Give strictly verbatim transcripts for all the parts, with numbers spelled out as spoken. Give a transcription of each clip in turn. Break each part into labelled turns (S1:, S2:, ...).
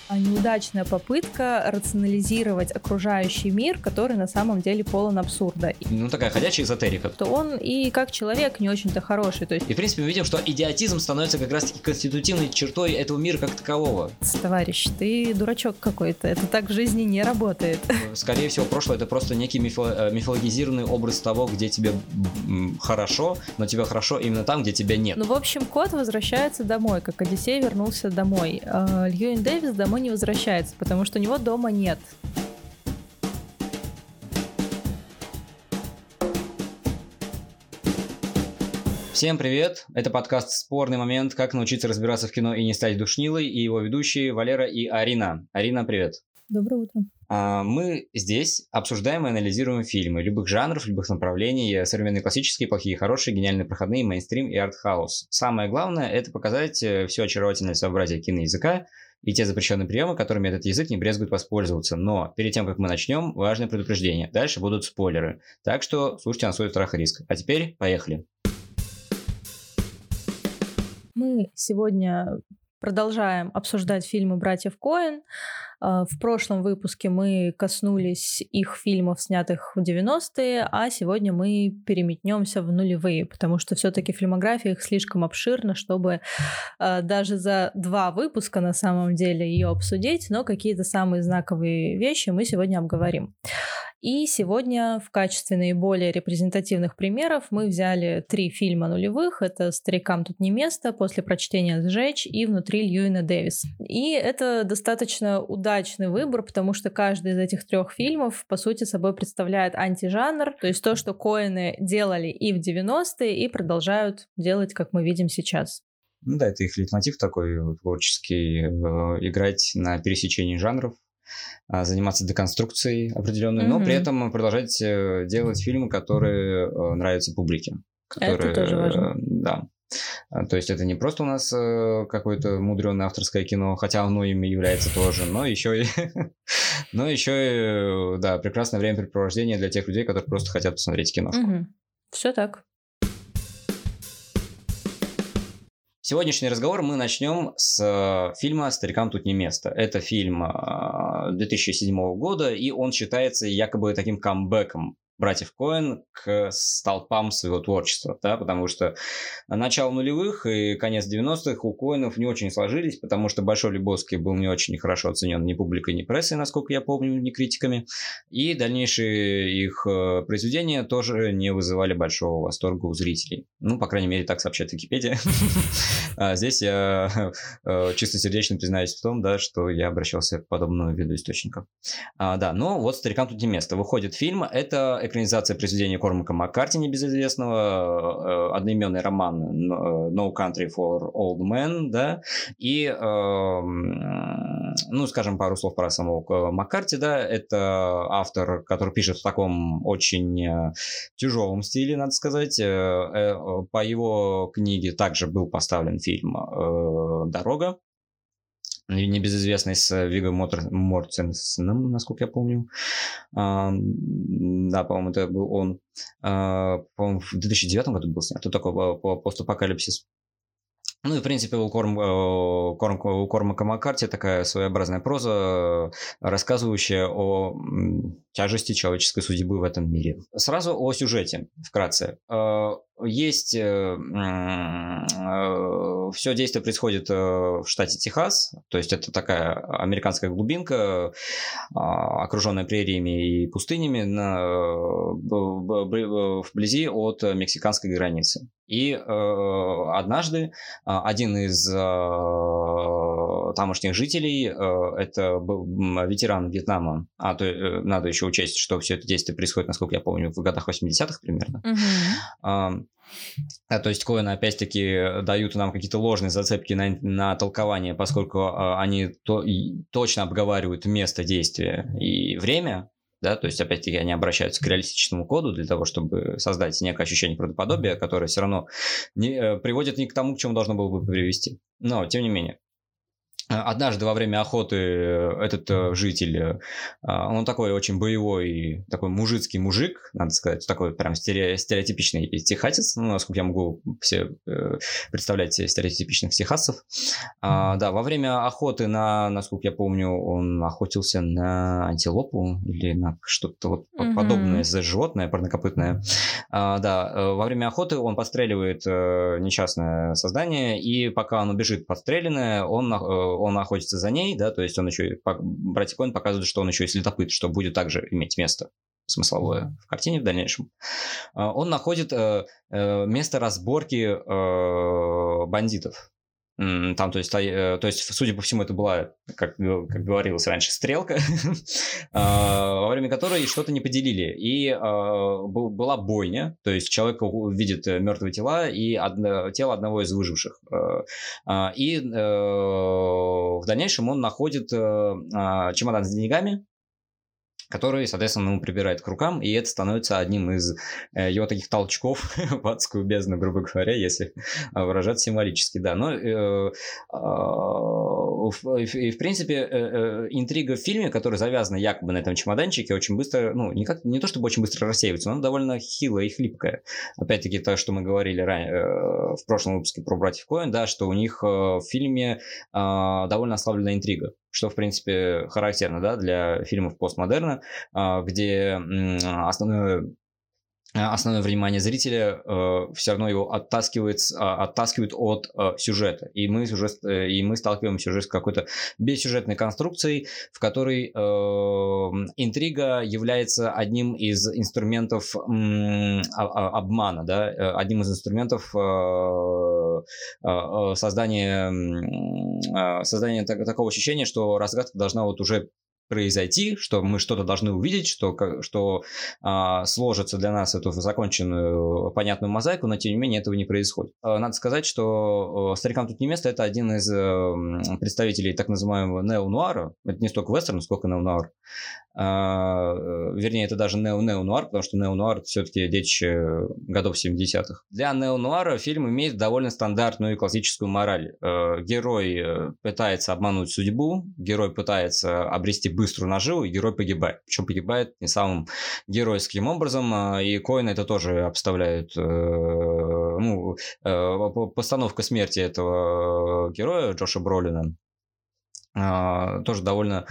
S1: а неудачная попытка рационализировать окружающий мир, который на самом деле полон абсурда.
S2: Ну, такая ходячая эзотерика.
S1: То он и как человек не очень-то хороший. То есть...
S2: И, в принципе, мы видим, что идиотизм становится как раз-таки конститутивной чертой этого мира как такового.
S1: Товарищ, ты дурачок какой-то. Это так в жизни не работает.
S2: Скорее всего, прошлое — это просто некий мифо- мифологизированный образ того, где тебе хорошо, но тебе хорошо именно там, где тебя нет.
S1: Ну, в общем, кот возвращается домой, как Одиссей вернулся домой. А Льюин Дэвис домой не возвращается, потому что у него дома нет.
S2: Всем привет! Это подкаст «Спорный момент. Как научиться разбираться в кино и не стать душнилой», и его ведущие Валера и Арина. Арина, привет!
S1: Доброе утро!
S2: Мы здесь обсуждаем и анализируем фильмы любых жанров, любых направлений, современные, классические, плохие, хорошие, гениальные, проходные, мейнстрим и артхаус. Самое главное — это показать все очаровательное своеобразие киноязыка и те запрещенные приемы, которыми этот язык не брезгует воспользоваться. Но перед тем, как мы начнем, важное предупреждение. Дальше будут спойлеры. Так что слушайте на свой страх и риск. А теперь поехали.
S1: Мы сегодня продолжаем обсуждать фильмы братьев Коэн. В прошлом выпуске мы коснулись их фильмов, снятых в девяностые, а сегодня мы переметнемся в нулевые, потому что все-таки фильмография их слишком обширна, чтобы даже за два выпуска на самом деле ее обсудить, но какие-то самые знаковые вещи мы сегодня обговорим. И сегодня в качестве наиболее репрезентативных примеров мы взяли три фильма нулевых. Это «Старикам тут не место», «После прочтения сжечь» и «Внутри Льюина Дэвиса». И это достаточно удачный выбор, потому что каждый из этих трех фильмов, по сути, собой представляет антижанр, то есть то, что Коэны делали и в девяностые, и продолжают делать, как мы видим сейчас.
S2: Ну да, это их лейтмотив такой творческий, э, играть на пересечении жанров, заниматься деконструкцией определенной, mm-hmm. но при этом продолжать делать фильмы, которые нравятся публике. Которые,
S1: это тоже важно.
S2: Да. То есть это не просто у нас какое-то мудреное авторское кино, хотя оно им и является тоже, но еще и, но еще и да, прекрасное времяпрепровождение для тех людей, которые просто хотят посмотреть киношку.
S1: Mm-hmm. Все так.
S2: Сегодняшний разговор мы начнем с фильма «Старикам тут не место». Это фильм две тысячи седьмого года, и он считается якобы таким камбэком братьев Коэн к столпам своего творчества, да, потому что начало нулевых и конец девяностых у Коэнов не очень сложились, потому что «Большой Лебовский» был не очень хорошо оценен ни публикой, ни прессой, насколько я помню, ни критиками, и дальнейшие их произведения тоже не вызывали большого восторга у зрителей. Ну, по крайней мере, так сообщает Википедия. Здесь я чистосердечно признаюсь в том, да, что я обращался к подобному виду источников. Да, но вот «Старикам тут не место». Выходит фильм, это экранизация произведения Кормака Маккарти, небезызвестного, одноименный роман No Country for Old Men, да, и, ну, скажем пару слов про самого Маккарти, да, это автор, который пишет в таком очень тяжелом стиле, надо сказать. По его книге также был поставлен фильм «Дорога», небезызвестный с Вигго Мортенсеном, насколько я помню. А, да, по-моему, это был он. А, по-моему, в две тысячи девятом году был снят. Тут такой постапокалипсис. Ну и, в принципе, у, Корм, Корм, у Кормака Маккарти такая своеобразная проза, рассказывающая о тяжести человеческой судьбы в этом мире. Сразу о сюжете, вкратце. Есть... Все действие происходит в штате Техас, то есть это такая американская глубинка, окруженная прериями и пустынями на, вблизи от мексиканской границы. И э, однажды один из э, тамошних жителей, э, это был ветеран Вьетнама, а то э, надо еще учесть, что все это действие происходит, насколько я помню, в годах восьмидесятых примерно. Mm-hmm. Э, А, то есть Коэны опять-таки дают нам какие-то ложные зацепки на, на толкование, поскольку а, они то, точно обговаривают место действия и время, да, то есть опять-таки они обращаются к реалистичному коду для того, чтобы создать некое ощущение правдоподобия, которое все равно не, приводит не к тому, к чему должно было бы привести. Но, тем не менее. Однажды во время охоты этот житель, он такой очень боевой, такой мужицкий мужик, надо сказать, такой прям стереотипичный техасец, ну, насколько я могу все представлять стереотипичных техасцев. А, да, во время охоты на, насколько я помню, он охотился на антилопу или на что-то вот mm-hmm. подобное животное, парнокопытное. А, да, во время охоты он подстреливает несчастное создание, и пока оно бежит подстреленное, он он охотится за ней, да, то есть он еще, братья Коэн показывают, что он еще и следопыт, что будет также иметь место смысловое в картине в дальнейшем. Он находит место разборки бандитов. Там, то есть, то есть, судя по всему, это была, как, как говорилось раньше, стрелка, во время которой что-то не поделили. И была бойня, то есть человек видит мертвые тела и тело одного из выживших. И в дальнейшем он находит чемодан с деньгами, который, соответственно, ему прибирает к рукам, и это становится одним из э, его таких толчков в адскую бездну, грубо говоря, если выражаться символически, да. Но э, э, и, в принципе, э, э, интрига в фильме, которая завязана якобы на этом чемоданчике, очень быстро, ну, не, как, не то чтобы очень быстро рассеивается, но она довольно хилая и хлипкая. Опять-таки, то, что мы говорили ранее, э, в прошлом выпуске про братьев Коэн, да, что у них э, в фильме э, довольно ослабленная интрига, что, в принципе, характерно, да, для фильмов постмодерна, где основное, основное внимание зрителя все равно его оттаскивает, оттаскивает от сюжета. И мы, сюжет, и мы сталкиваем сюжет с какой-то бессюжетной конструкцией, в которой интрига является одним из инструментов обмана, да, одним из инструментов создания, создания такого ощущения, что разгадка должна вот уже произойти, что мы что-то должны увидеть, что, что а, сложится для нас эту законченную, понятную мозаику, но тем не менее этого не происходит. А, надо сказать, что «Старикам тут не место» — это один из а, представителей так называемого нео-нуара. Это не столько вестерн, сколько нео-нуар. А, вернее, это даже нео-нео-нуар, потому что нео-нуар — это все-таки детище годов семидесятых. Для нео-нуара фильм имеет довольно стандартную и классическую мораль. А, герой пытается обмануть судьбу, герой пытается обрести быструю наживу, и герой погибает. Причем погибает не самым геройским образом, и Коэн это тоже обставляют. Ну, постановка смерти этого героя, Джоша Бролина, тоже довольно,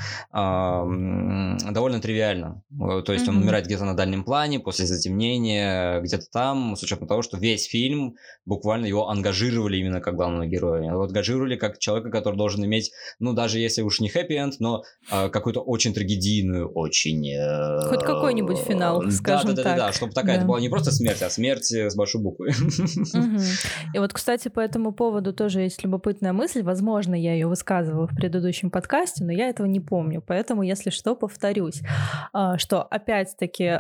S2: довольно тривиально. То есть mm-hmm. он умирает где-то на дальнем плане, после затемнения, где-то там, с учетом того, что весь фильм буквально его ангажировали именно как главного героя. Его ангажировали как человека, который должен иметь, ну, даже если уж не хэппи-энд, но какую-то очень трагедийную, очень...
S1: Хоть какой-нибудь финал, скажем
S2: да,
S1: так.
S2: Да-да-да, чтобы такая, да. Это была не просто смерть, а смерть с большой буквы.
S1: Mm-hmm. И вот, кстати, по этому поводу тоже есть любопытная мысль, возможно, я ее высказывала в предыдущем подкасте, но я этого не помню, поэтому, если что, повторюсь, что, опять-таки,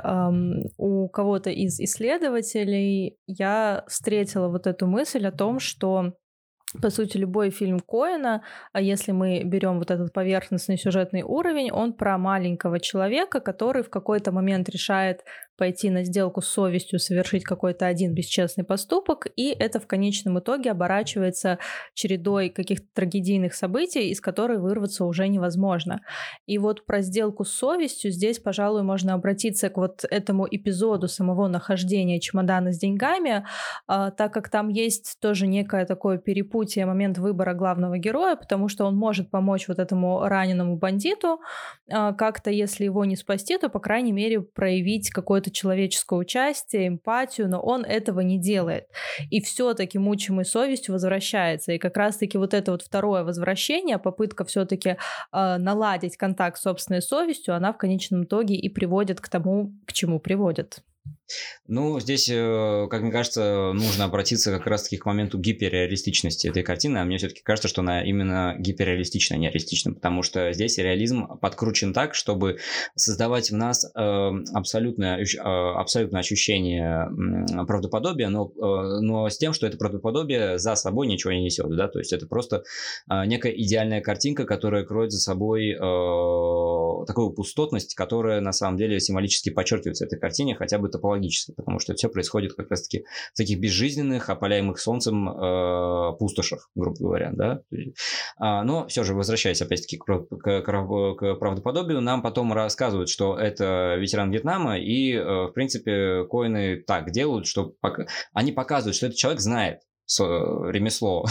S1: у кого-то из исследователей я встретила вот эту мысль о том, что по сути, любой фильм Коэна, а если мы берем вот этот поверхностный сюжетный уровень, он про маленького человека, который в какой-то момент решает пойти на сделку с совестью, совершить какой-то один бесчестный поступок, и это в конечном итоге оборачивается чередой каких-то трагедийных событий, из которых вырваться уже невозможно. И вот про сделку с совестью здесь, пожалуй, можно обратиться к вот этому эпизоду самого нахождения чемодана с деньгами, так как там есть тоже некое такое перепутье, момент выбора главного героя, потому что он может помочь вот этому раненому бандиту как-то, если его не спасти, то, по крайней мере, проявить какое-то человеческое участие, эмпатию, но он этого не делает. И все-таки мучимый совестью возвращается. И как раз-таки вот это вот второе возвращение, попытка все-таки э, наладить контакт с собственной совестью, она в конечном итоге и приводит к тому, к чему приводит.
S2: Ну, здесь, как мне кажется, нужно обратиться как раз-таки к моменту гиперреалистичности этой картины, а мне все-таки кажется, что она именно гиперреалистична, а не реалистична, потому что здесь реализм подкручен так, чтобы создавать в нас абсолютное, абсолютное ощущение правдоподобия, но, но с тем, что это правдоподобие за собой ничего не несет, да, то есть это просто некая идеальная картинка, которая кроет за собой такую пустотность, которая на самом деле символически подчеркивается в этой картине, хотя бы топологически. логически, потому что все происходит как раз-таки в таких безжизненных, опаляемых солнцем э, пустошах, грубо говоря, да. А, но все же, возвращаясь опять-таки к, к, к, к правдоподобию, нам потом рассказывают, что это ветеран Вьетнама, и, э, в принципе, Коэны так делают, что пока... они показывают, что этот человек знает ремесло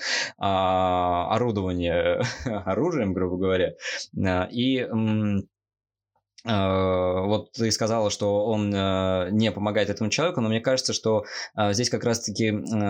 S2: орудование оружием, грубо говоря, и вот ты сказала, что он не помогает этому человеку, но мне кажется, что здесь как раз-таки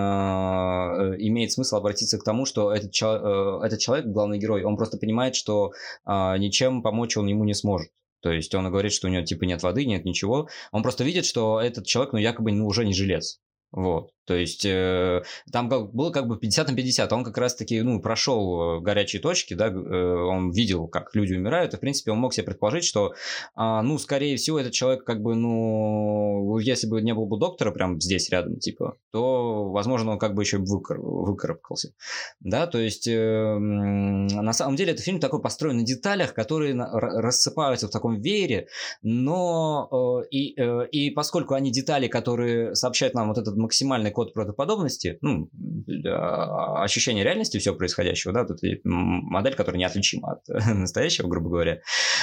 S2: имеет смысл обратиться к тому, что этот, этот человек, главный герой, он просто понимает, что ничем помочь он ему не сможет. То есть он говорит, что у него типа нет воды, нет ничего. Он просто видит, что этот человек, ну, якобы ну, уже не жилец. Вот, то есть э, там как, было как бы пятьдесят на пятьдесят, он как раз-таки, ну, прошел горячие точки, да, э, он видел, как люди умирают, и, в принципе, он мог себе предположить, что, э, ну, скорее всего, этот человек, как бы, ну, если бы не был бы доктора прям здесь рядом, типа, то, возможно, он как бы еще выкар... выкарабкался, да, то есть, э, на самом деле, этот фильм такой построен на деталях, которые на... рассыпаются в таком веере, но, э, и, э, и поскольку они детали, которые сообщают нам вот этот максимальный код правдоподобности, ну, ощущение реальности всего происходящего, да, тут модель, которая неотличима от настоящего, грубо говоря,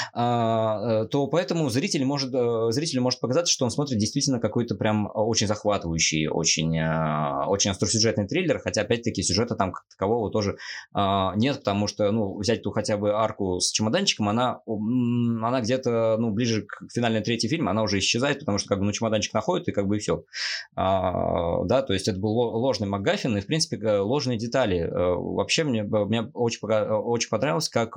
S2: то поэтому зритель может, зрителю может показаться, что он смотрит действительно какой-то прям очень захватывающий, очень, очень остросюжетный триллер, хотя, опять-таки, сюжета там как такового тоже нет, потому что, ну, взять ту хотя бы арку с чемоданчиком, она, она где-то, ну, ближе к финальной третьей фильма, она уже исчезает, потому что, как бы, ну, чемоданчик находит, и как бы и все. Да, то есть это был ложный МакГаффин и, в принципе, ложные детали. Вообще мне, мне очень, очень понравилось, как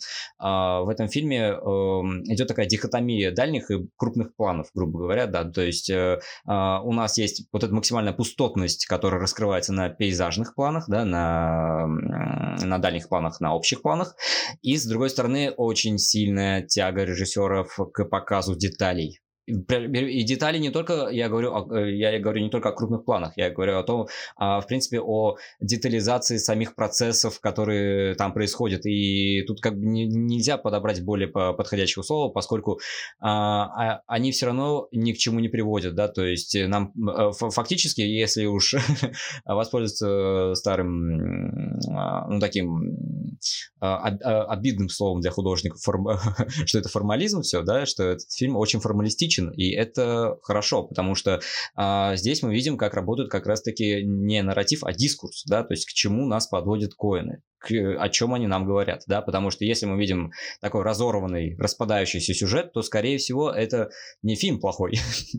S2: в этом фильме идет такая дихотомия дальних и крупных планов, грубо говоря, да, то есть у нас есть вот эта максимальная пустотность, которая раскрывается на пейзажных планах, да, на, на дальних планах, на общих планах, и, с другой стороны, очень сильная тяга режиссеров к показу деталей. И детали не только, я говорю, я говорю не только о крупных планах, я говорю о том, в принципе, о детализации самих процессов, которые там происходят. И тут как бы нельзя подобрать более подходящего слова, поскольку а, они все равно ни к чему не приводят, да, то есть нам фактически, если уж воспользоваться старым, ну, таким обидным словом для художников, что это формализм все, да, что этот фильм очень формалистичен. И это хорошо, потому что а, здесь мы видим, как работает как раз-таки не нарратив, а дискурс, да, то есть к чему нас подводят Коэны, к, о чем они нам говорят, да, потому что если мы видим такой разорванный, распадающийся сюжет, то, скорее всего, это не фильм плохой,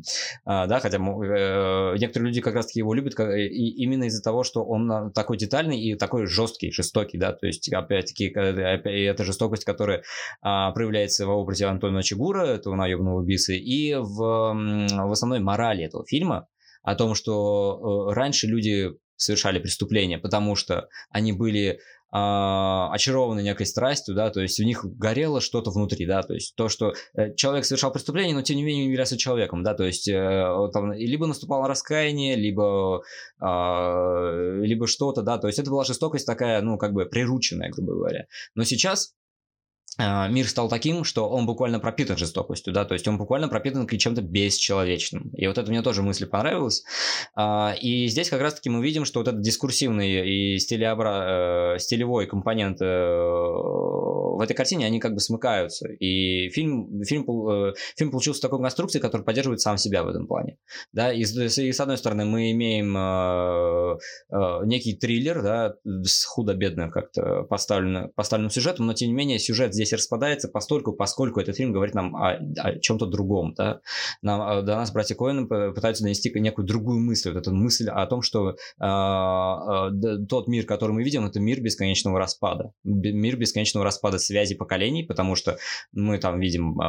S2: да, хотя некоторые люди как раз-таки его любят именно из-за того, что он такой детальный и такой жесткий, жестокий, да, то есть, опять-таки, эта жестокость, которая проявляется в образе Антона Чигура, этого наебного убийцы, и в, в основной морали этого фильма о том, что раньше люди совершали преступления, потому что они были а, очарованы некой страстью, да, то есть у них горело что-то внутри, да, то есть то, что человек совершал преступление, но тем не менее не являлся человеком, да, то есть там, либо наступало раскаяние, либо, а, либо что-то, да, то есть это была жестокость такая, ну, как бы прирученная, грубо говоря. Но сейчас мир стал таким, что он буквально пропитан жестокостью, да, то есть он буквально пропитан чем-то бесчеловечным. И вот это мне тоже мысль понравилась. И здесь как раз-таки мы видим, что вот этот дискурсивный и стилеобра... стилевой компонент в этой картине, они как бы смыкаются. И фильм, фильм, фильм получился в такой конструкции, который поддерживает сам себя в этом плане. Да, и, и с одной стороны мы имеем некий триллер, да, с худо-бедно как-то поставленным, поставленным сюжетом, но тем не менее сюжет здесь распадается постольку, поскольку этот фильм говорит нам о, о чем-то другом, да? Нам, до нас братья Коэны пытаются донести некую другую мысль, вот эту мысль о том, что э, э, тот мир, который мы видим, это мир бесконечного распада, мир бесконечного распада связи поколений, потому что мы там видим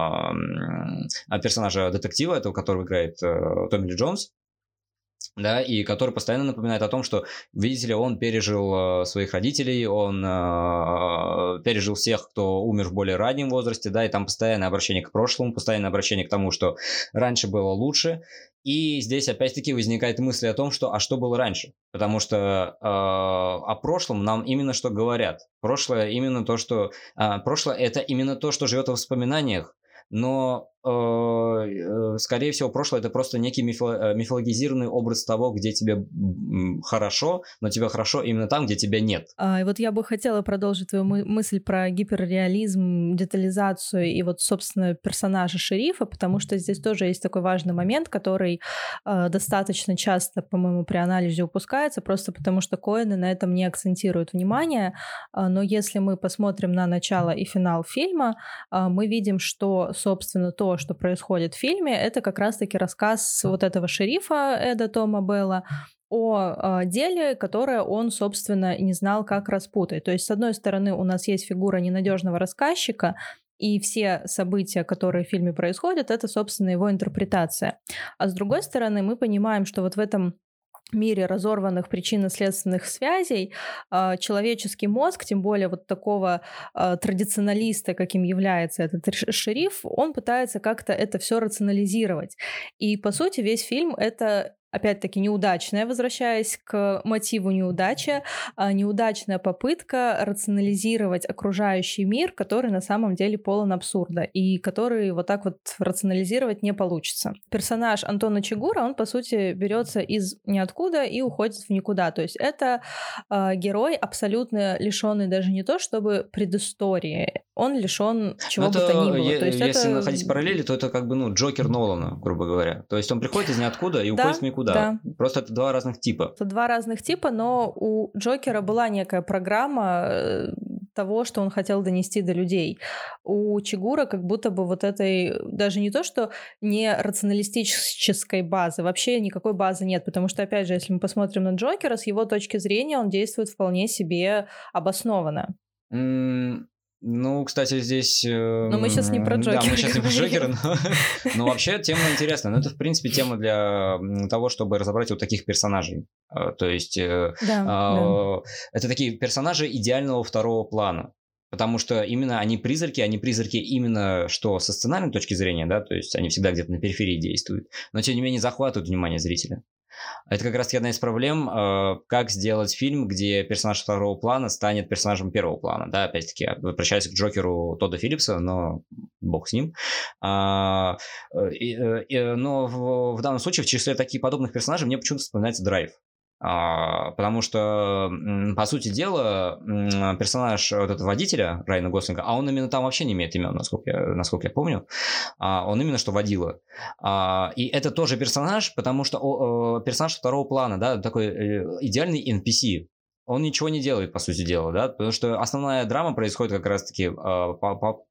S2: э, персонажа детектива, этого, которого играет э, Томми Ли Джонс, да, и который постоянно напоминает о том, что, видите ли, он пережил э, своих родителей, он э, пережил всех, кто умер в более раннем возрасте, да, и там постоянное обращение к прошлому, постоянное обращение к тому, что раньше было лучше. И здесь опять-таки возникает мысль о том, что а что было раньше? Потому что э, о прошлом нам именно что говорят. Прошлое именно то, что... Э, прошлое это именно то, что живет в воспоминаниях, но скорее всего, прошлое — это просто некий мифо- мифологизированный образ того, где тебе хорошо, но тебе хорошо именно там, где тебя нет.
S1: А, и вот я бы хотела продолжить твою мы- мысль про гиперреализм, детализацию и вот, собственно, персонажа шерифа, потому что здесь тоже есть такой важный момент, который э, достаточно часто, по-моему, при анализе упускается, просто потому что Коэны на этом не акцентируют внимание. А, но если мы посмотрим на начало и финал фильма, а, мы видим, что, собственно, то, что происходит в фильме, это как раз-таки рассказ вот этого шерифа Эда Тома Белла о э, деле, которое он, собственно, не знал, как распутать. То есть, с одной стороны, у нас есть фигура ненадежного рассказчика, и все события, которые в фильме происходят, это, собственно, его интерпретация. А с другой стороны, мы понимаем, что вот в этом мире разорванных причинно-следственных связей э, человеческий мозг, тем более вот такого э, традиционалиста, каким является этот шериф, он пытается как-то это все рационализировать. И, по сути, весь фильм — это опять-таки неудачная, возвращаясь к мотиву неудачи, неудачная попытка рационализировать окружающий мир, который на самом деле полон абсурда, и который вот так вот рационализировать не получится. Персонаж Антона Чигура, он, по сути, берется из ниоткуда и уходит в никуда. То есть это э, герой, абсолютно лишенный даже не то чтобы предыстории, он лишен чего бы то ни было.
S2: Е-
S1: то есть
S2: если
S1: это...
S2: находить параллели, то это как бы, ну, Джокер Нолана, грубо говоря. То есть он приходит из ниоткуда и
S1: да,
S2: уходит в никуда.
S1: Да.
S2: Просто это два разных типа.
S1: Это два разных типа, но у Джокера была некая программа того, что он хотел донести до людей. У Чигура как будто бы вот этой, даже не то, что не рационалистической базы, вообще никакой базы нет, потому что, опять же, если мы посмотрим на Джокера, с его точки зрения он действует вполне себе обоснованно.
S2: Mm. Ну, кстати, здесь... Э,
S1: но мы сейчас не про Джокера.
S2: Да, мы сейчас не про Джокера, но, но вообще тема интересная. Но это, в принципе, тема для того, чтобы разобрать вот таких персонажей. То есть
S1: да,
S2: э,
S1: да.
S2: это такие персонажи идеального второго плана. Потому что именно они призраки, они призраки именно что со сценарной точки зрения, да, то есть они всегда где-то на периферии действуют, но тем не менее захватывают внимание зрителя. Это как раз одна из проблем, э, как сделать фильм, где персонаж второго плана станет персонажем первого плана. Да, опять-таки, обращаюсь к Джокеру Тодда Филлипса, но бог с ним. А, и, и, но в, в данном случае в числе таких подобных персонажей мне почему-то вспоминается Драйв. А, потому что, по сути дела, персонаж вот этого водителя, Райана Гослинга, а он именно там вообще не имеет имен, насколько я, насколько я помню, а, он именно что водила. А, и это тоже персонаж, потому что о, о, персонаж второго плана, да, такой идеальный эн пи си. Он ничего не делает, по сути дела, да, потому что основная драма происходит как раз-таки э, по, по,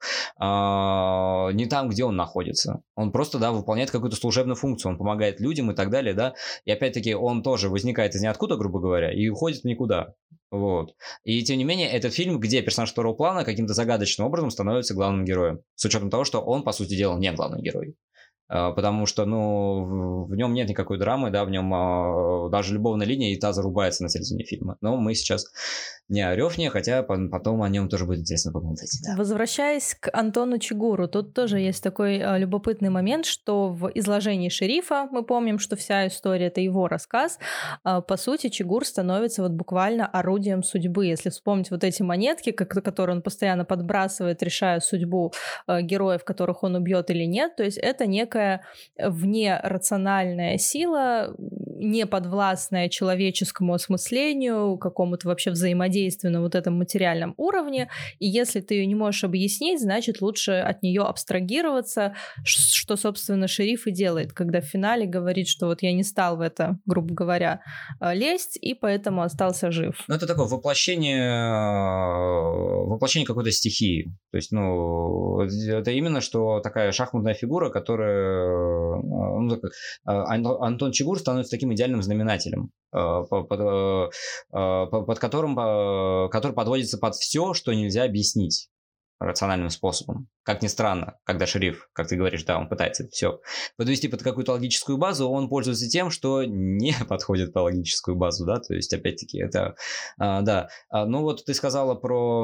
S2: э, не там, где он находится. Он просто, да, выполняет какую-то служебную функцию, он помогает людям и так далее, да, и опять-таки он тоже возникает из ниоткуда, грубо говоря, и уходит в никуда, вот. И тем не менее, это фильм, где персонаж второго плана каким-то загадочным образом становится главным героем, с учетом того, что он, по сути дела, не главный герой. Потому что, ну, в нем нет никакой драмы, да, в нем а, даже любовная линия и та зарубается на середине фильма. Но мы сейчас не о Рёфне, хотя потом о нем тоже будет интересно поболтать. Да.
S1: Возвращаясь к Антону Чигуру, тут тоже есть такой а, любопытный момент, что в изложении шерифа, мы помним, что вся история — это его рассказ, а, по сути, Чигур становится вот буквально орудием судьбы. Если вспомнить вот эти монетки, как, которые он постоянно подбрасывает, решая судьбу а, героев, которых он убьет или нет, то есть это некая внерациональная сила, не подвластная человеческому осмыслению, какому-то вообще взаимодействию на вот этом материальном уровне, и если ты ее не можешь объяснить, значит, лучше от нее абстрагироваться, что, собственно, шериф и делает, когда в финале говорит, что вот я не стал в это, грубо говоря, лезть, и поэтому остался жив.
S2: Ну, это такое воплощение, воплощение какой-то стихии. То есть, ну, это именно что такая шахматная фигура, которая ну, Антон Чигур становится таким идеальным знаменателем, под, под, под которым, который подводится под все, что нельзя объяснить рациональным способом. Как ни странно, когда шериф, как ты говоришь, да, он пытается это все подвести под какую-то логическую базу, он пользуется тем, что не подходит под логическую базу, да, то есть, опять-таки, это, а, да. Ну, вот ты сказала про,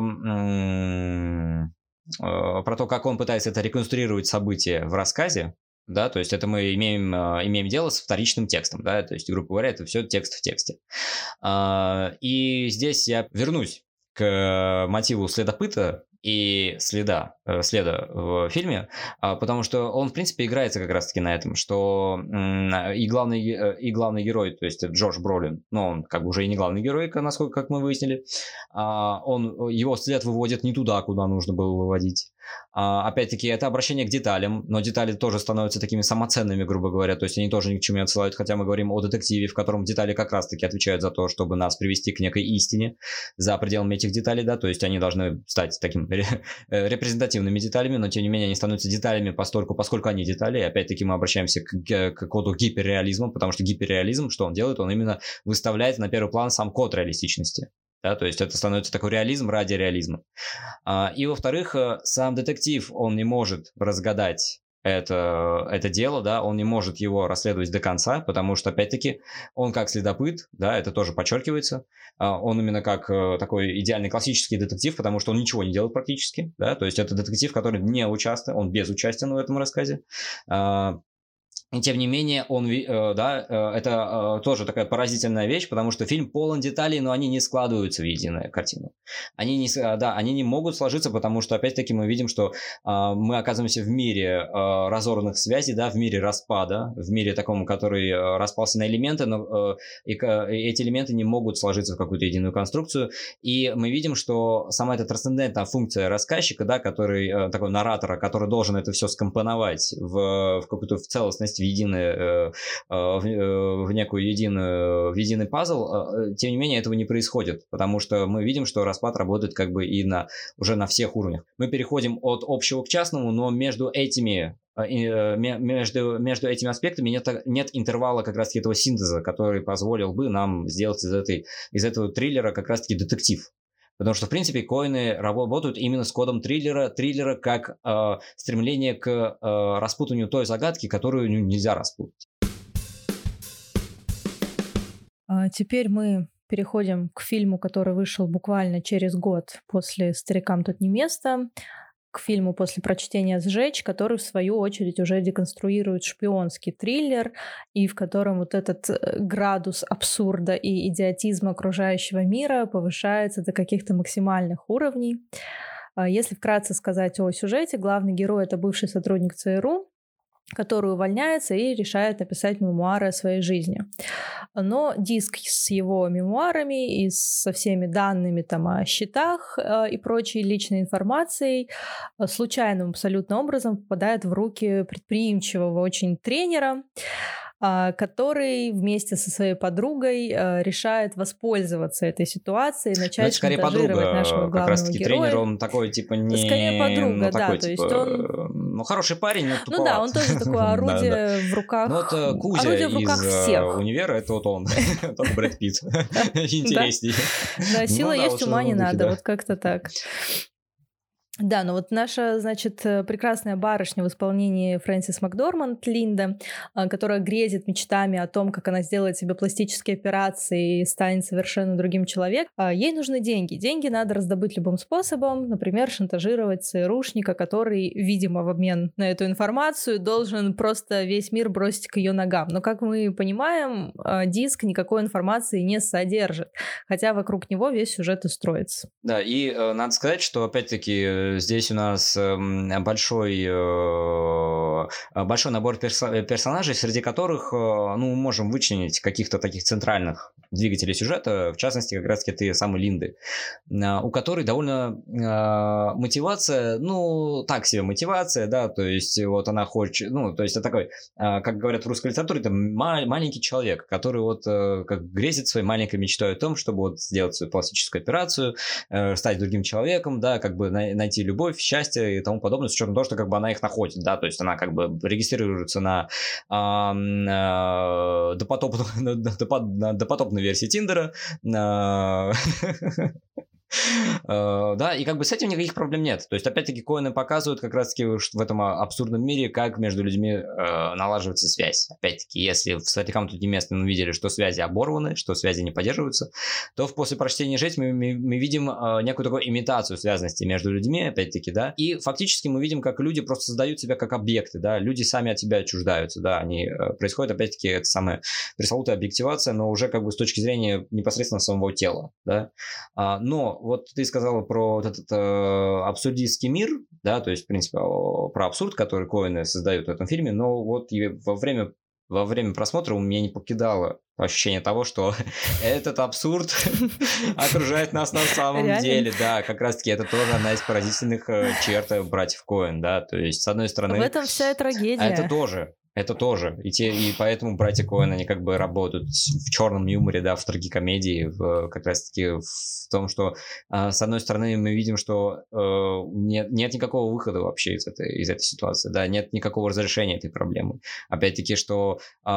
S2: м- про то, как он пытается это реконструировать события в рассказе, да, то есть это мы имеем, имеем дело с вторичным текстом, да, то есть, грубо говоря, это все текст в тексте. И здесь я вернусь к мотиву следопыта и следа, э, следа в фильме, а, потому что он, в принципе, играется как раз-таки на этом, что м, и, главный, ге- и главный герой, то есть Джош Бролин, но он как бы уже и не главный герой, ка- насколько как мы выяснили, а, он, его след выводит не туда, куда нужно было выводить. А, опять-таки, это обращение к деталям, но детали тоже становятся такими самоценными, грубо говоря, то есть они тоже ни к чему не отсылают, хотя мы говорим о детективе, в котором детали как раз-таки отвечают за то, чтобы нас привести к некой истине за пределами этих деталей, да, то есть они должны стать таким репрезентативными деталями, но тем не менее они становятся деталями постольку, поскольку они детали, и опять-таки мы обращаемся к, к коду гиперреализма, потому что гиперреализм, что он делает, он именно выставляет на первый план сам код реалистичности. Да, то есть это становится такой реализм ради реализма. А, и, во-вторых, сам детектив, он не может разгадать это, это дело, да, он не может его расследовать до конца, потому что, опять-таки, он как следопыт, да, это тоже подчеркивается, а, он именно как такой идеальный классический детектив, потому что он ничего не делает практически, да, то есть это детектив, который не участвует, он безучастен в этом рассказе. А, И тем не менее, он, да, это тоже такая поразительная вещь, потому что фильм полон деталей, но они не складываются в единую картину. Они не, да, они не могут сложиться, потому что, опять-таки, мы видим, что мы оказываемся в мире разорванных связей, да, в мире распада, в мире таком, который распался на элементы, но и эти элементы не могут сложиться в какую-то единую конструкцию. И мы видим, что сама эта трансцендентная функция рассказчика, да, который, такой наратора, который должен это все скомпоновать в, в какую-то в целостность, в единое, в, в некую единую, в единый пазл, тем не менее этого не происходит, потому что мы видим, что распад работает как бы и на, уже на всех уровнях. Мы переходим от общего к частному, но между этими между, между этими аспектами нет, нет интервала как раз-таки этого синтеза, который позволил бы нам сделать из, этой, из этого триллера как раз-таки детектив. Потому что, в принципе, Коэны работают именно с кодом триллера, триллера как э, стремление к э, распутанию той загадки, которую ну, нельзя распутать.
S1: А теперь мы переходим к фильму, который вышел буквально через год после «Старикам тут не место», к фильму «После прочтения сжечь», который, в свою очередь, уже деконструирует шпионский триллер, и в котором вот этот градус абсурда и идиотизма окружающего мира повышается до каких-то максимальных уровней. Если вкратце сказать о сюжете, главный герой — это бывший сотрудник ЦРУ, который увольняется и решает написать мемуары о своей жизни. Но диск с его мемуарами и со всеми данными там о счетах э, и прочей личной информацией э, случайным абсолютно образом попадает в руки предприимчивого очень тренера, э, который вместе со своей подругой э, решает воспользоваться этой ситуацией, начать шантажировать нашего главного
S2: как раз-таки
S1: героя.
S2: Тренер, он такой, типа, не...
S1: Скорее подруга,
S2: ну, такой,
S1: да, то
S2: типа,
S1: есть он...
S2: Ну, хороший парень, но туповат.
S1: Ну да, он тоже такое орудие в руках.
S2: Ну, вот Кузя
S1: орудие в руках
S2: из
S1: всех.
S2: универа, это вот он. Тот Брэд Питт. Интересней.
S1: Да, сила есть, ума не надо, вот как-то так. Да, ну вот наша, значит, прекрасная барышня в исполнении Фрэнсис Макдорманд, Линда, которая грезит мечтами о том, как она сделает себе пластические операции и станет совершенно другим человеком, ей нужны деньги. Деньги надо раздобыть любым способом, например, шантажировать ЦРУшника, который, видимо, в обмен на эту информацию должен просто весь мир бросить к ее ногам. Но, как мы понимаем, диск никакой информации не содержит, хотя вокруг него весь сюжет и строится.
S2: Да, и э, надо сказать, что, опять-таки, здесь у нас большой, большой набор персонажей, среди которых, ну, мы можем вычленить каких-то таких центральных двигателей сюжета, в частности, как раз-таки ты самой Линды, у которой довольно мотивация, ну, так себе мотивация, да, то есть вот она хочет, ну, то есть это такой, как говорят в русской литературе, это маленький человек, который вот как грезит своей маленькой мечтой о том, чтобы вот сделать свою пластическую операцию, стать другим человеком, да, как бы найти любовь, счастье и тому подобное, с учетом того, что как бы она их находит, да, то есть она как бы регистрируется на, а, на, допотопную, на, на допотопной версии Тиндера, на... Uh, да, и как бы с этим никаких проблем нет. То есть, опять-таки, Коэны показывают как раз-таки в этом абсурдном мире, как между людьми uh, налаживается связь. Опять-таки, если в «Старикам тут не место» мы видели, что связи оборваны, что связи не поддерживаются, то в «После прочтения жить» мы, мы, мы видим uh, некую такую имитацию связности между людьми, опять-таки, да, и фактически мы видим, как люди просто создают себя как объекты, да, люди сами от себя отчуждаются, да, они uh, происходит, опять-таки, это самая пресловутая объективация, но уже как бы с точки зрения непосредственно самого тела, да, uh, но вот ты сказала про вот этот э, абсурдистский мир, да, то есть, в принципе, про абсурд, который Коэны создают в этом фильме, но вот во время, во время просмотра у меня не покидало ощущение того, что этот абсурд окружает нас на самом деле, да, как раз-таки это тоже одна из поразительных черт братьев Коэн, да, то есть, с одной стороны...
S1: В этом вся трагедия.
S2: Это тоже... Это тоже. И, те, и поэтому братья Коэн, они как бы работают в черном юморе, да, в трагикомедии, в, как раз-таки в том, что э, с одной стороны мы видим, что э, нет, нет никакого выхода вообще из этой, из этой ситуации, да, нет никакого разрешения этой проблемы. Опять-таки, что э,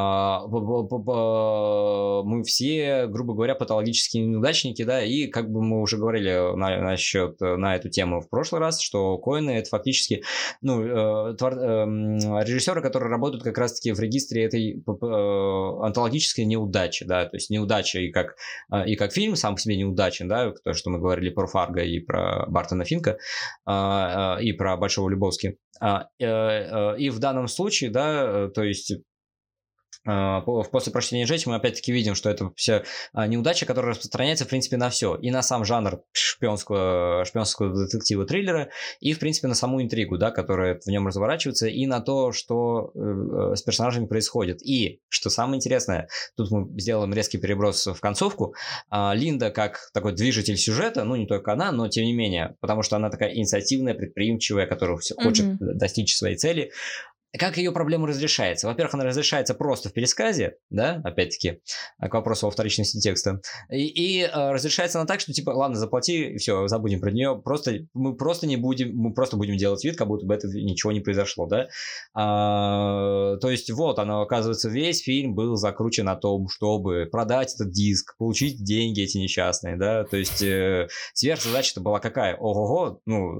S2: мы все, грубо говоря, патологические неудачники, да, и как бы мы уже говорили на, насчет, на эту тему в прошлый раз, что Коэны это фактически, ну, э, твор, э, режиссеры, которые работают как раз-таки в регистре этой э, антологической неудачи, да, то есть неудача и как, э, и как фильм сам по себе неудачен, да, то, что мы говорили про Фарго и про Бартона Финка, э, э, и про Большого Любовски. Э, э, и в данном случае, да, то есть... После прочтения «Жечь» мы опять-таки видим, что это вся неудача, которая распространяется, в принципе, на все. И на сам жанр шпионского, шпионского детектива, триллера, и, в принципе, на саму интригу, да, которая в нем разворачивается, и на то, что э, с персонажами происходит. И, что самое интересное, тут мы сделаем резкий переброс в концовку, э, Линда, как такой движитель сюжета, ну, не только она, но тем не менее, потому что она такая инициативная, предприимчивая, которая mm-hmm. хочет достичь своей цели. Как ее проблема разрешается? Во-первых, она разрешается просто в пересказе, да, опять-таки, к вопросу о вторичности текста. И, и э, разрешается она так, что типа, ладно, заплати, и все, забудем про нее. Просто, мы просто не будем, мы просто будем делать вид, как будто бы это ничего не произошло, да. А, то есть вот, оно, оказывается, весь фильм был закручен на том, чтобы продать этот диск, получить деньги эти несчастные, да. То есть э, сверхзадача-то была какая? Ого-го, ну,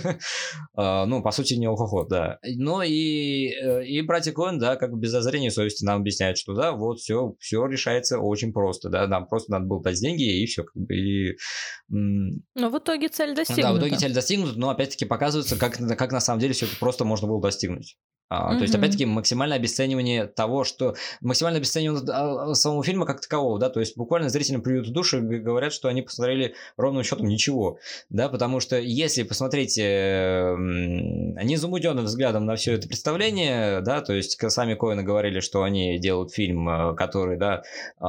S2: ну, по сути, не ого-го, да. Но и И братья Коэн, да, как бы без зазрения совести нам объясняют, что да, вот все, все решается очень просто, да, нам просто надо было дать деньги, и все, как бы, и...
S1: Но в итоге цель достигнута.
S2: Да, в итоге цель достигнута, но опять-таки показывается, как, как на самом деле все это просто можно было достигнуть. А, mm-hmm. То есть, опять-таки, максимальное обесценивание того, что... Максимальное обесценивание самого фильма как такового, да, то есть буквально зрителям плюют в душу и говорят, что они посмотрели ровным счетом ничего, да, потому что если посмотреть э, незамутненным взглядом на все это представление, да, то есть сами Коэны говорили, что они делают фильм, который, да, э,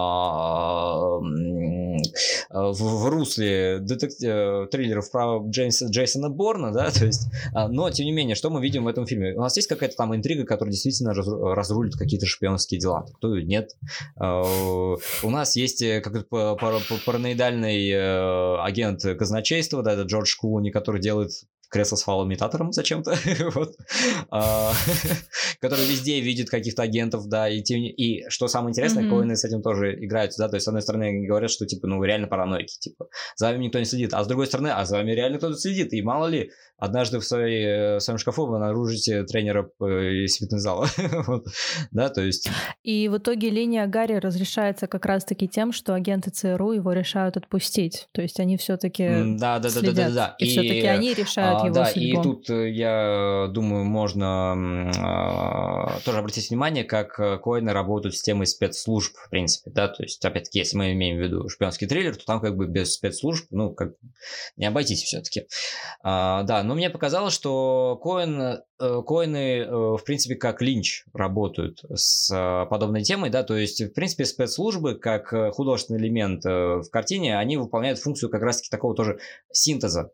S2: в, в русле детектив, триллеров про Джеймса, Джейсона Борна, да, то есть, но, тем не менее, что мы видим в этом фильме? У нас есть какая-то там интрига, которая действительно раз, разрулит какие-то шпионские дела. Кто нет? Uh, у нас есть как параноидальный uh, агент казначейства, да, это Джордж Клуни, который делает кресло с фалоимитатором зачем-то, вот, а, который везде видит каких-то агентов, да, и, и что самое интересное, mm-hmm. Коэны с этим тоже играют, да, то есть, с одной стороны, говорят, что, типа, ну, реально параноики, типа, за вами никто не следит, а с другой стороны, а за вами реально кто-то следит, и мало ли, однажды в, своей, в своем шкафу вы обнаружите тренера из фитнес-зала, вот, да, то есть...
S1: И в итоге линия Гарри разрешается как раз-таки тем, что агенты ЦРУ его решают отпустить, то есть они все-таки
S2: да, да,
S1: следят,
S2: да, да, да, да.
S1: и, и все-таки они решают
S2: а,
S1: его
S2: да,
S1: судьбу.
S2: И тут, я думаю, можно а, тоже обратить внимание, как Коэны работают с темой спецслужб, в принципе, да, то есть, опять-таки, если мы имеем в виду шпионский триллер, то там как бы без спецслужб, ну, как не обойтись все-таки. А, да, но мне показалось, что Коэн, Коэны, в принципе, как Линч работают с подобной темой, да, то есть, в принципе, спецслужбы, как художественный элемент в картине, они выполняют функцию как раз-таки такого тоже синтеза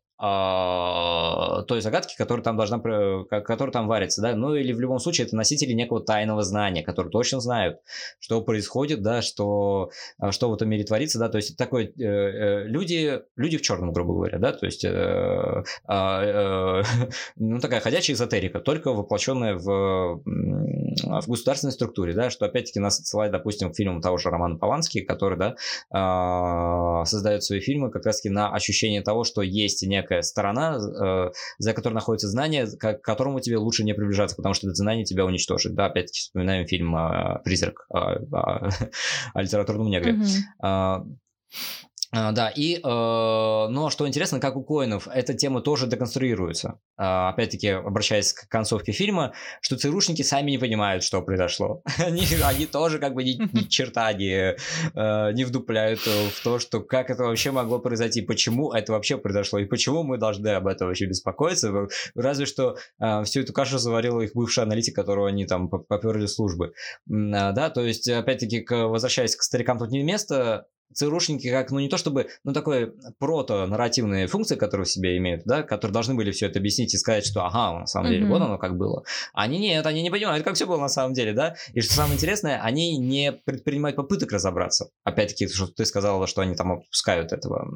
S2: той загадки, которая там должна, которая там варится, да, ну или в любом случае это носители некого тайного знания, которые точно знают, что происходит, да, что, что в этом мире творится, да, то есть это такой, э, э, люди, люди в черном, грубо говоря, да, то есть, э, э, э, ну такая ходячая эзотерика, только воплощенная в, в государственной структуре, да, что опять-таки нас отсылает, допустим, к фильму того же Романа Полански, который, да, э, создает свои фильмы как раз-таки на ощущение того, что есть некая сторона, э, за которой находится знание, к которому тебе лучше не приближаться, потому что это знание тебя уничтожит. Да, опять-таки вспоминаем фильм э, «Призрак» э, э, о литературном негре. Mm-hmm. А, да, и, э, но что интересно, как у Коэнов, эта тема тоже деконструируется. А, опять-таки, обращаясь к концовке фильма, что ЦРУшники сами не понимают, что произошло. они, они тоже как бы ни, ни черта не, э, не вдупляют в то, что как это вообще могло произойти, почему это вообще произошло, и почему мы должны об этом вообще беспокоиться. Разве что э, всю эту кашу заварила их бывший аналитик, которого они там поперли службы. А, да, то есть, опять-таки, к, возвращаясь к старикам тут не место, ЦРУшники как, ну не то чтобы, ну такое прото-нарративные функции, которые в себе имеют, да, которые должны были все это объяснить и сказать, что ага, на самом деле, mm-hmm. вот оно как было. Они нет, они не понимают, как все было на самом деле, да, и что самое интересное, они не предпринимают попыток разобраться. Опять-таки, что ты сказала, что они там отпускают этого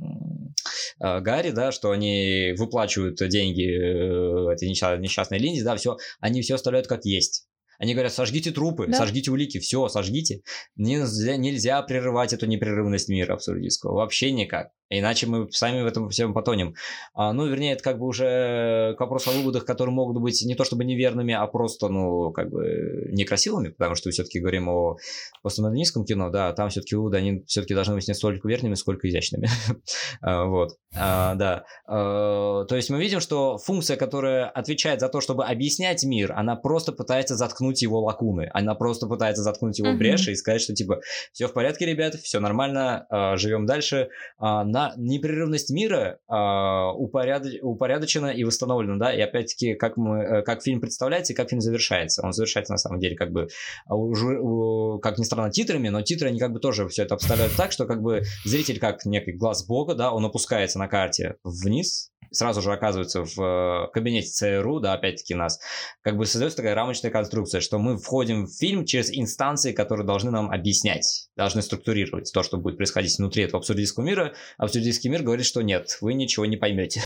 S2: э, Гарри, да, что они выплачивают деньги э, этой несчастной Линде, да, все, они все оставляют как есть. Они говорят, сожгите трупы, да. сожгите улики, все, сожгите. Нельзя, нельзя прерывать эту непрерывность мира абсурдистского. Вообще никак. Иначе мы сами в этом всем потонем. А, ну, вернее, это как бы уже к вопросу о выводах, которые могут быть не то чтобы неверными, а просто, ну, как бы некрасивыми, потому что мы все-таки говорим о постмодернистском кино, да, там все-таки выводы, они все-таки должны быть не столько верными, сколько изящными. Вот, да. То есть мы видим, что функция, которая отвечает за то, чтобы объяснять мир, она просто пытается заткнуть его лакуны, она просто пытается заткнуть его бреши и сказать, что типа все в порядке, ребят, все нормально, живем дальше. На непрерывность мира э, упоряд... упорядочена и восстановлена, да, и опять-таки, как, мы, как фильм представляется и как фильм завершается. Он завершается, на самом деле, как бы, уже, как ни странно, титрами, но титры, они как бы тоже все это обставляют так, что как бы зритель, как некий глаз бога, да, он опускается на карте вниз, сразу же оказывается в кабинете ЦРУ, да, опять-таки нас, как бы создается такая рамочная конструкция, что мы входим в фильм через инстанции, которые должны нам объяснять, должны структурировать то, что будет происходить внутри этого абсурдистского мира. Абсурдистский мир говорит, что нет, вы ничего не поймете.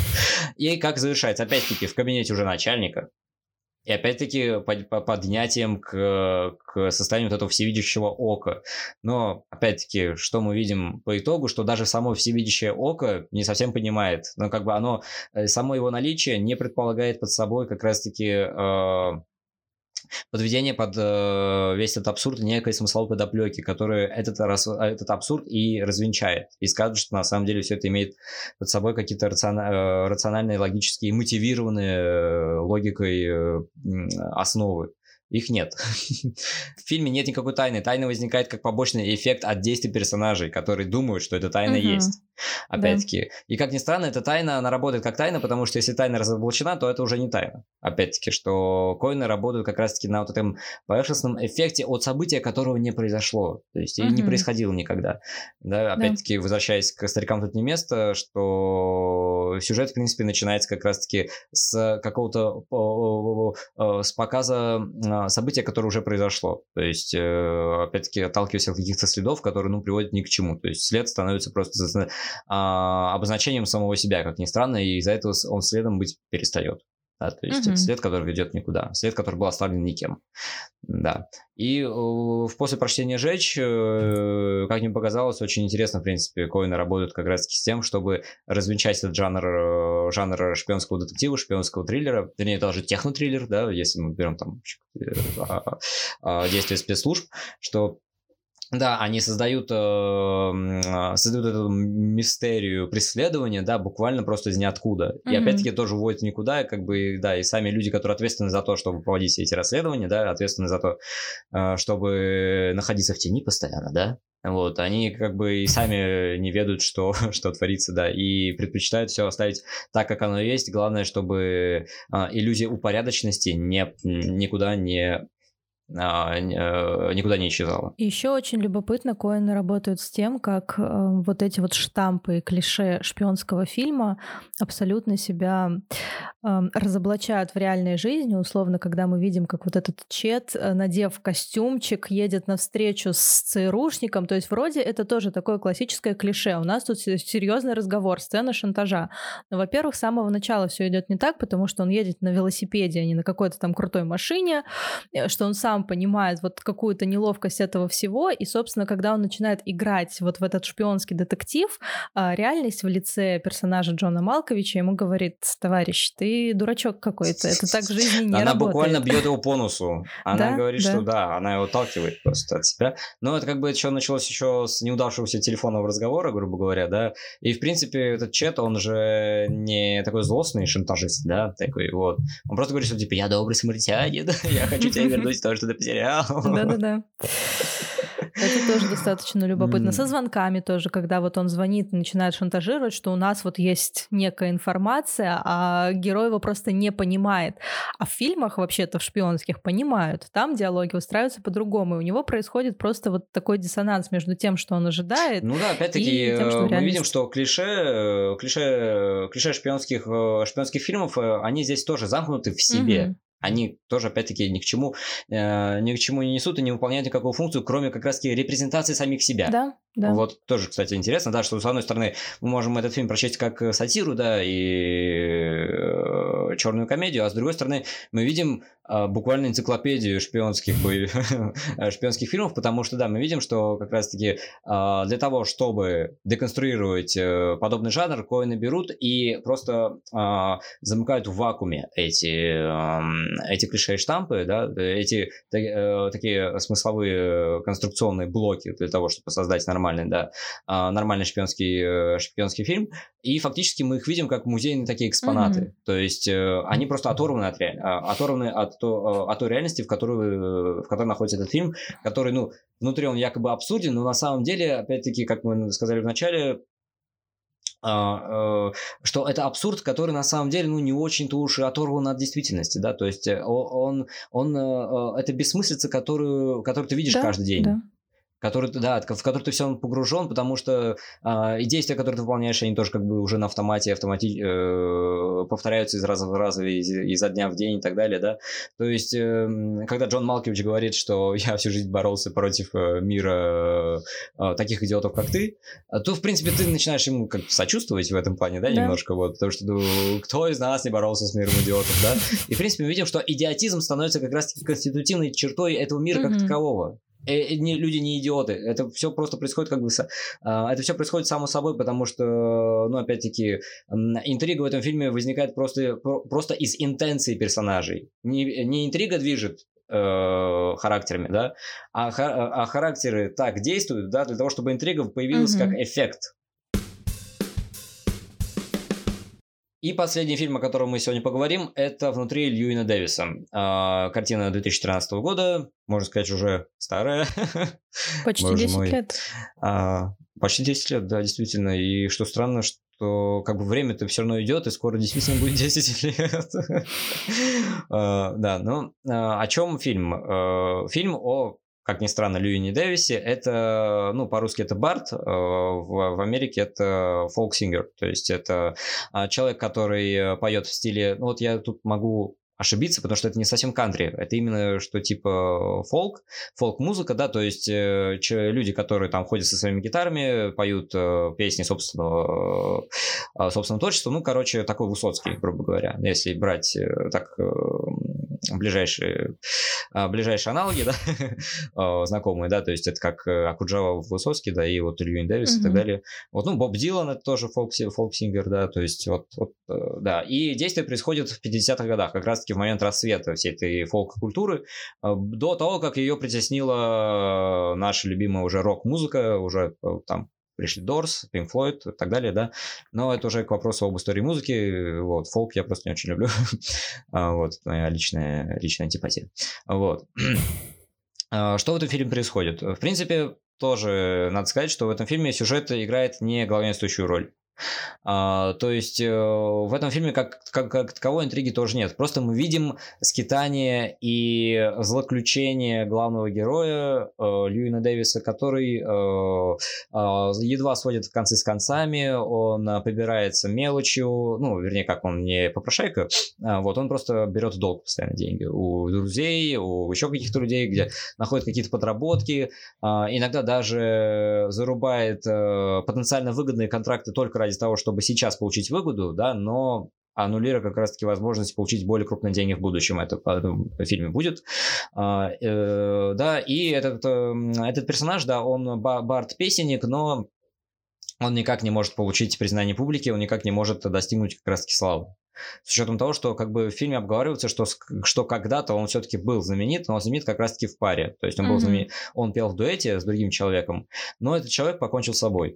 S2: И как завершается, опять-таки, в кабинете уже начальника, и опять-таки под, под поднятием к, к состоянию вот этого всевидящего ока. Но, опять-таки, что мы видим по итогу, что даже само всевидящее око не совсем понимает. Но как бы оно, само его наличие не предполагает под собой как раз-таки э, подведение под э, весь этот абсурд некой смысловой подоплеки, которая этот, этот абсурд и развенчает. И скажет, что на самом деле все это имеет под собой какие-то рациона, рациональные, логические, мотивированные логикой основы. Их нет. В фильме нет никакой тайны. Тайна возникает как побочный эффект от действий персонажей, которые думают, что эта тайна угу. есть. Опять-таки. Да. И как ни странно, эта тайна, она работает как тайна, потому что если тайна разоблачена, то это уже не тайна. Опять-таки, что Коэны работают как раз-таки на вот этом поверхностном эффекте от события, которого не произошло. То есть, угу. и не происходило никогда. Да, опять-таки, да. возвращаясь к «Старикам тут не место», что сюжет, в принципе, начинается как раз-таки с какого-то с показа событие, которое уже произошло. То есть, э, опять-таки, отталкиваясь от каких-то следов, которые, ну, приводят ни к чему. То есть, след становится просто э, обозначением самого себя, как ни странно, и из-за этого он следом быть перестает. Да, то есть, uh-huh. это след, который ведет никуда. След, который был оставлен никем. Да. И э, после прочтения «Жечь», э, как мне показалось, очень интересно, в принципе, Коэны работают как раз-таки с тем, чтобы развенчать этот жанр, э, жанр шпионского детектива, шпионского триллера, вернее, даже технотриллер, да, если мы берем там э, э, действия спецслужб, что да, они создают, э, создают эту мистерию преследования, да, буквально просто из ниоткуда. Mm-hmm. И опять-таки тоже уводят никуда, как бы, да, и сами люди, которые ответственны за то, чтобы проводить все эти расследования, да, ответственны за то, э, чтобы находиться в тени постоянно, да, вот, они как бы и сами не ведают, что, что творится, да, и предпочитают все оставить так, как оно есть. Главное, чтобы э, иллюзия упорядоченности не, никуда не... никуда не исчезала.
S1: Еще очень любопытно, Коэны работают с тем, как э, вот эти вот штампы и клише шпионского фильма абсолютно себя э, разоблачают в реальной жизни. Условно, когда мы видим, как вот этот Чет, надев костюмчик, едет навстречу с ЦРУшником, то есть вроде это тоже такое классическое клише. У нас тут серьезный разговор, сцена шантажа. Но, во-первых, с самого начала все идет не так, потому что он едет на велосипеде, а не на какой-то там крутой машине, что он сам понимает вот какую-то неловкость этого всего, и, собственно, когда он начинает играть вот в этот шпионский детектив, реальность в лице персонажа Джона Малковича ему говорит: товарищ, ты ты дурачок какой-то, это так в жизни не
S2: она
S1: работает.
S2: Буквально бьет его по носу. Она
S1: Да,
S2: говорит,
S1: да.
S2: что да, она его отталкивает просто от себя. Но это как бы еще началось еще с неудавшегося телефонного разговора, грубо говоря, да. И, в принципе, этот Чет, он же не такой злостный шантажист, да, такой вот. Он просто говорит, что типа, я добрый самаритянин, я хочу тебе вернуть то, что ты потерял.
S1: Да-да-да. Это тоже достаточно любопытно.
S2: М.
S1: Со звонками тоже, когда вот он звонит и начинает шантажировать, что у нас вот есть некая информация, а герой его просто не понимает. А в фильмах вообще-то, в шпионских, понимают. Там диалоги устраиваются по-другому. И у него происходит просто вот такой диссонанс между тем, что он ожидает,
S2: Ну да, опять-таки,
S1: и тем, что в
S2: мы видим,
S1: реальности.
S2: что клише, э, клише, клише шпионских, э, шпионских фильмов, э, они здесь тоже замкнуты в себе.
S1: Мгм.
S2: Они тоже, опять-таки, ни к чему, э, ни к чему не несут и не выполняют никакую функцию, кроме как раз-таки репрезентации самих себя.
S1: Да, да.
S2: Вот тоже, кстати, интересно, да, что с одной стороны мы можем этот фильм прочесть как сатиру, да, и э, черную комедию, а с другой стороны мы видим э, буквально энциклопедию шпионских, бой- шпионских фильмов, потому что, да, мы видим, что как раз-таки э, для того, чтобы деконструировать э, подобный жанр, Коэны берут и просто э, замыкают в вакууме эти, э, эти клише и штампы, да, эти та- э, такие смысловые э, конструкционные блоки для того, чтобы создать нормальный, да, а, нормальный шпионский, э, шпионский фильм, и фактически мы их видим как музейные такие экспонаты.
S1: Мгм.
S2: То есть э, они просто оторваны от, реаль- а, оторваны от, то- э, от той реальности, в которой, в которой находится этот фильм, который, ну, внутри он якобы абсурден, но на самом деле, опять-таки, как мы сказали в начале, а, э, что это абсурд, который на самом деле, ну, не очень-то уж и оторван от действительности, да, то есть э, о- он, он, э, э, это бессмыслица, которую, которую ты видишь
S1: Да,
S2: каждый день.
S1: да.
S2: Который, ты- да, в который ты все равно погружен, потому что а, и действия, которые ты выполняешь, они тоже как бы уже на автомате, автомати... э, повторяются из раза в раз, из, изо дня в день и так далее, да. То есть, э, когда Джон Малкович говорит, что я всю жизнь боролся против э, мира э, таких идиотов, как ты, а, то, в принципе, ты начинаешь ему как бы сочувствовать в этом плане, да,
S1: Да.
S2: немножко, вот, потому что, ну, кто из нас не боролся с миром идиотов, да. И, в принципе, мы видим, что идиотизм становится как раз-таки конститутивной чертой этого мира как
S1: Мгм.
S2: такового. Э, э, не- люди не идиоты. Это все просто происходит как бы... со- а, это все происходит само собой, потому что, ну, опять-таки, м, интрига в этом фильме возникает просто, про- просто из интенции персонажей. Не, не интрига движет э, характерами, да, а, ха- а характеры так действуют, да, для того, чтобы интрига появилась как
S1: Мгм.
S2: эффект. И последний фильм, о котором мы сегодня поговорим, это «Внутри Льюина Дэвиса». А, картина две тысячи тринадцатого года, можно сказать, уже старая.
S1: Почти
S2: Боже
S1: десять
S2: мой.
S1: лет.
S2: А, почти десять лет, да, действительно. И что странно, что как бы время-то все равно идет, и скоро действительно будет десять лет. А, Да, ну, а, о чем фильм? Э, Фильм о, как ни странно, Льюине Дэвисе. Это, ну, по-русски это Бард, э, в в Америке это фолк-сингер. То есть это а, человек, который э, поет в стиле... Ну, вот я тут могу ошибиться, потому что это не совсем кантри. Это именно что типа фолк, фолк-музыка, да, то есть э, че- люди, которые там ходят со своими гитарами, поют э, песни собственного, э, собственного творчества. Ну, короче, такой Высоцкий, грубо говоря, если брать э, так э, ближайшие, а, ближайшие аналоги, да, а, знакомые, да, то есть это как э, Акуджава Высоцкий, да, и вот Льюин Дэвис и так
S1: Мгм.
S2: далее. Вот, ну, Боб Дилан это тоже фолк- фолк-сингер, да, то есть вот, вот, э, да. И действие происходит в пятидесятых годах, как раз-таки в момент расцвета всей этой фолк-культуры, э, до того, как ее притеснила наша любимая уже рок-музыка, уже э, там пришли Doors, Pink Floyd и так далее, да, но это уже к вопросу об истории музыки, вот, фолк я просто не очень люблю, А, вот, это моя личная, личная антипатия, вот. А, Что в этом фильме происходит? В принципе, тоже надо сказать, что в этом фильме сюжет играет не главенствующую роль. А, то есть э, в этом фильме как, как, как таковой интриги тоже нет. Просто мы видим скитание и злоключение главного героя э, Льюина Дэвиса, который э, э, едва сводит концы с концами, он э, побирается мелочью, ну, вернее, как он не попрошайка, а, вот, он просто берет в долг постоянно деньги у друзей, у еще каких-то людей, где находит какие-то подработки, а, иногда даже зарубает э, потенциально выгодные контракты только ради того, чтобы сейчас получить выгоду, да, но аннулируя как раз-таки возможность получить более крупные деньги в будущем. Это в фильме будет. А, э, да, и этот, э, этот персонаж, да, он бард-песенник, но он никак не может получить признание публики, он никак не может достигнуть как раз-таки славы. С учетом того, что как бы в фильме обговаривается, что, что когда-то он все-таки был знаменит, но он знаменит как раз-таки в паре. То есть он был mm-hmm. знаменит, он пел в дуэте с другим человеком, но этот человек покончил с собой.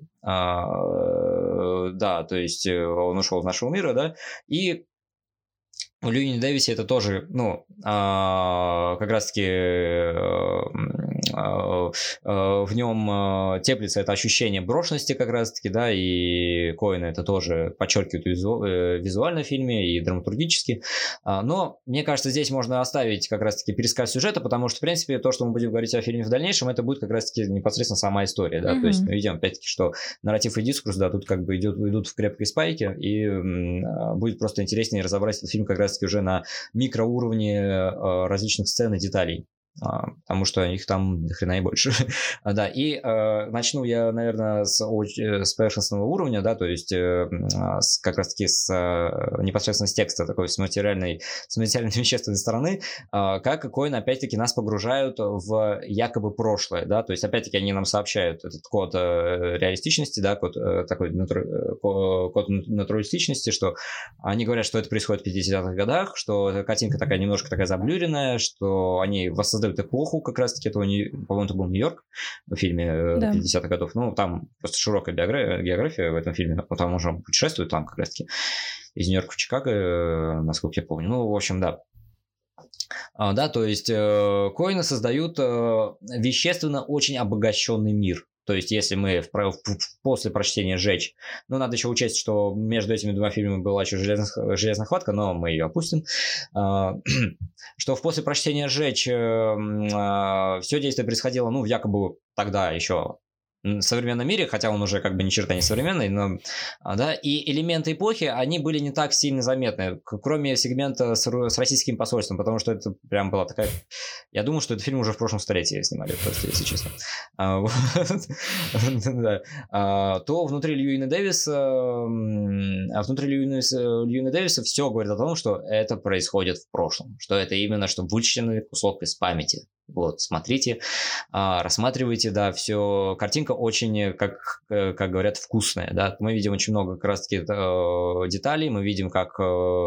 S2: А, да, то есть он ушел из нашего мира, да, и у Льюина Дэвиса это тоже, ну, а, как раз-таки а, а, а, в нем а, теплится это ощущение брошенности как раз-таки, да, и Коэна это тоже подчеркивает визу, э, визуально в фильме и драматургически, а, но мне кажется, здесь можно оставить как раз-таки пересказ сюжета, потому что, в принципе, то, что мы будем говорить о фильме в дальнейшем, это будет как раз-таки непосредственно сама история, да, mm-hmm. то есть мы видим, опять-таки, что нарратив и дискурс, да, тут как бы идет, идут в крепкой спайке, и м, будет просто интереснее разобрать этот фильм как раз уже на микроуровне э, различных сцен и деталей. А, потому что их там до хрена и больше. Да, и э, начну я, наверное, с, с поверхностного уровня, да, то есть э, с, как раз-таки с э, непосредственно с текста, такой с материальной, с материально-вещественной стороны, э, как Коэн опять-таки нас погружают в якобы прошлое, да, то есть опять-таки они нам сообщают этот код э, реалистичности, да, код э, такой натур, э, код натуралистичности, что они говорят, что это происходит в пятидесятых годах, что картинка такая немножко такая заблюренная, что они воссоздают эпоху, как раз-таки этого, по-моему, это был Нью-Йорк в фильме да. пятидесятых годов. Ну, там просто широкая биография, география в этом фильме. Ну, там уже путешествует, там как раз-таки из Нью-Йорка в Чикаго, насколько я помню. Ну, в общем, да. А, да, то есть э, Коэны создают э, вещественно очень обогащенный мир. То есть, если мы в, в, после прочтения «Жечь», ну, надо еще учесть, что между этими двумя фильмами была еще железная, железная хватка, но мы ее опустим, что в после прочтения «Жечь» все действие происходило, ну, якобы тогда еще в современном мире, хотя он уже как бы ни черта не современный, но, да, и элементы эпохи, они были не так сильно заметны, кроме сегмента с, с российским посольством, потому что это прям была такая... Я думаю, что этот фильм уже в прошлом столетии снимали, просто, если честно. То внутри Льюина Дэвиса, внутри Льюина Дэвиса все говорит о том, что это происходит в прошлом, что это именно что вычищенный кусок из памяти. Вот, смотрите, рассматривайте, да, все, картинка очень, как, как говорят, вкусная, да, мы видим очень много как раз-таки деталей, мы видим, как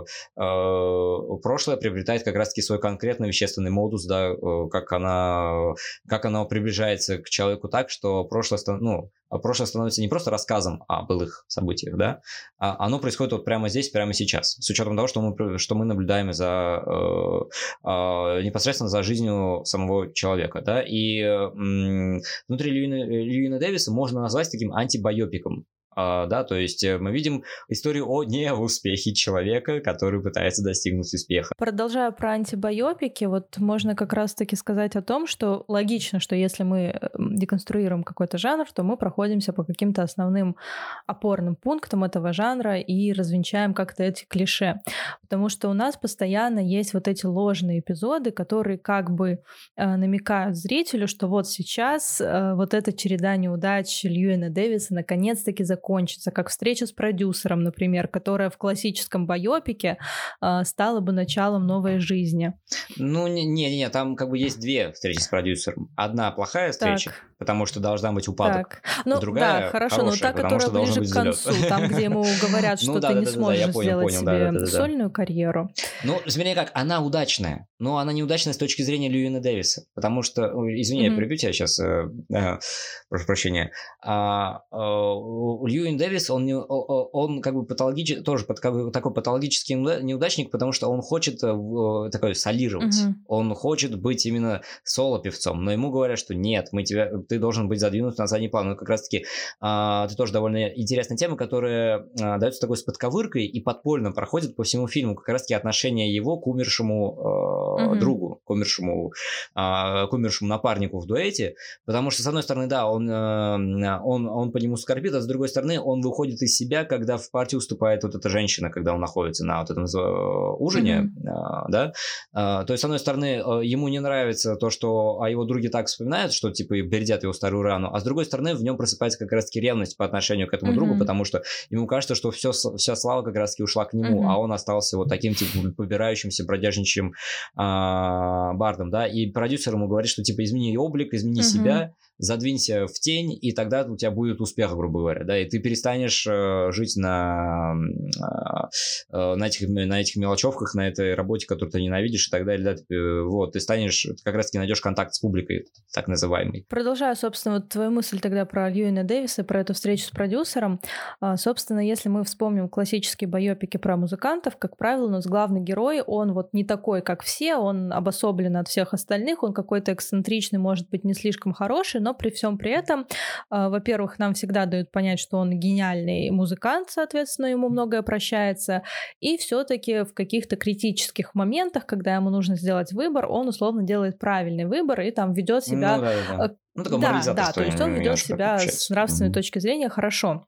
S2: прошлое приобретает как раз-таки свой конкретный вещественный модус, да, как она, как оно приближается к человеку так, что прошлое, ну, прошлое становится не просто рассказом о былых событиях, да, а оно происходит вот прямо здесь, прямо сейчас, с учетом того, что мы, что мы наблюдаем за, э, э, непосредственно за жизнью самого человека, да, и э, внутри Льюина, Льюина Дэвиса можно назвать таким антибайопиком. Uh, да, то есть мы видим историю о неуспехе человека, который пытается достигнуть успеха.
S1: Продолжая про антибайопики, вот можно как раз-таки сказать о том, что логично, что если мы деконструируем какой-то жанр, то мы проходимся по каким-то основным опорным пунктам этого жанра и развенчаем как-то эти клише. Потому что у нас постоянно есть вот эти ложные эпизоды, которые как бы э, намекают зрителю, что вот сейчас э, вот эта череда неудач Льюина Дэвиса наконец-таки закончится. Кончится, как встреча с продюсером, например, которая в классическом байопике э, стала бы началом новой жизни.
S2: Ну, не-не, там как бы есть две встречи с продюсером. Одна плохая встреча, так. потому что должна быть упадок.
S1: Ну,
S2: другая
S1: да, хорошо, но та, которая ближе к концу, там, где ему говорят, что ты не сможешь сделать себе сольную карьеру.
S2: Ну, вернее как, она удачная, но она неудачная с точки зрения Льюина Дэвиса, потому что, извини, я перебью тебя сейчас, прошу прощения, Льюин Дэвис, он, он как бы патологический, тоже такой патологический неудачник, потому что он хочет такой солировать, uh-huh. он хочет быть именно соло-певцом, но ему говорят, что нет, мы тебя, ты должен быть задвинут на задний план. Ну, как раз-таки а, это тоже довольно интересная тема, которая а, дается такой с подковыркой и подпольно проходит по всему фильму, как раз-таки отношение его к умершему а, uh-huh. другу, к умершему, а, к умершему напарнику в дуэте, потому что, с одной стороны, да, он, а, он, он по нему скорбит, а с другой стороны, он выходит из себя, когда в партию уступает вот эта женщина, когда он находится на вот этом ужине, mm-hmm. а, да, а, то есть, с одной стороны, ему не нравится то, что о его друге так вспоминают, что, типа, бередят его старую рану, а с другой стороны, в нем просыпается как раз-таки ревность по отношению к этому mm-hmm. другу, потому что ему кажется, что все, вся слава как раз-таки ушла к нему, mm-hmm. а он остался вот таким, типа, побирающимся, бродяжничьим а, бардом, да, и продюсер ему говорит, что, типа, измени облик, измени mm-hmm. себя, задвинься в тень, и тогда у тебя будет успех, грубо говоря, да, и ты перестанешь э, жить на, э, на, этих, на этих мелочевках, на этой работе, которую ты ненавидишь и так далее, да, ты, вот, ты станешь, ты как раз-таки найдешь контакт с публикой, так называемый.
S1: Продолжаю, собственно, вот твою мысль тогда про Льюина Дэвиса, про эту встречу с продюсером. Собственно, если мы вспомним классические байопики про музыкантов, как правило, у нас главный герой, он вот не такой, как все, он обособлен от всех остальных, он какой-то эксцентричный, может быть, не слишком хороший, но при всем при этом, во-первых, нам всегда дают понять, что он гениальный музыкант, соответственно, ему многое прощается, и все-таки в каких-то критических моментах, когда ему нужно сделать выбор, он условно делает правильный выбор и там ведет себя...
S2: Ну, да, да, да. Ну, такой
S1: да, да, то есть он ведет себя с нравственной
S2: mm-hmm.
S1: точки зрения хорошо.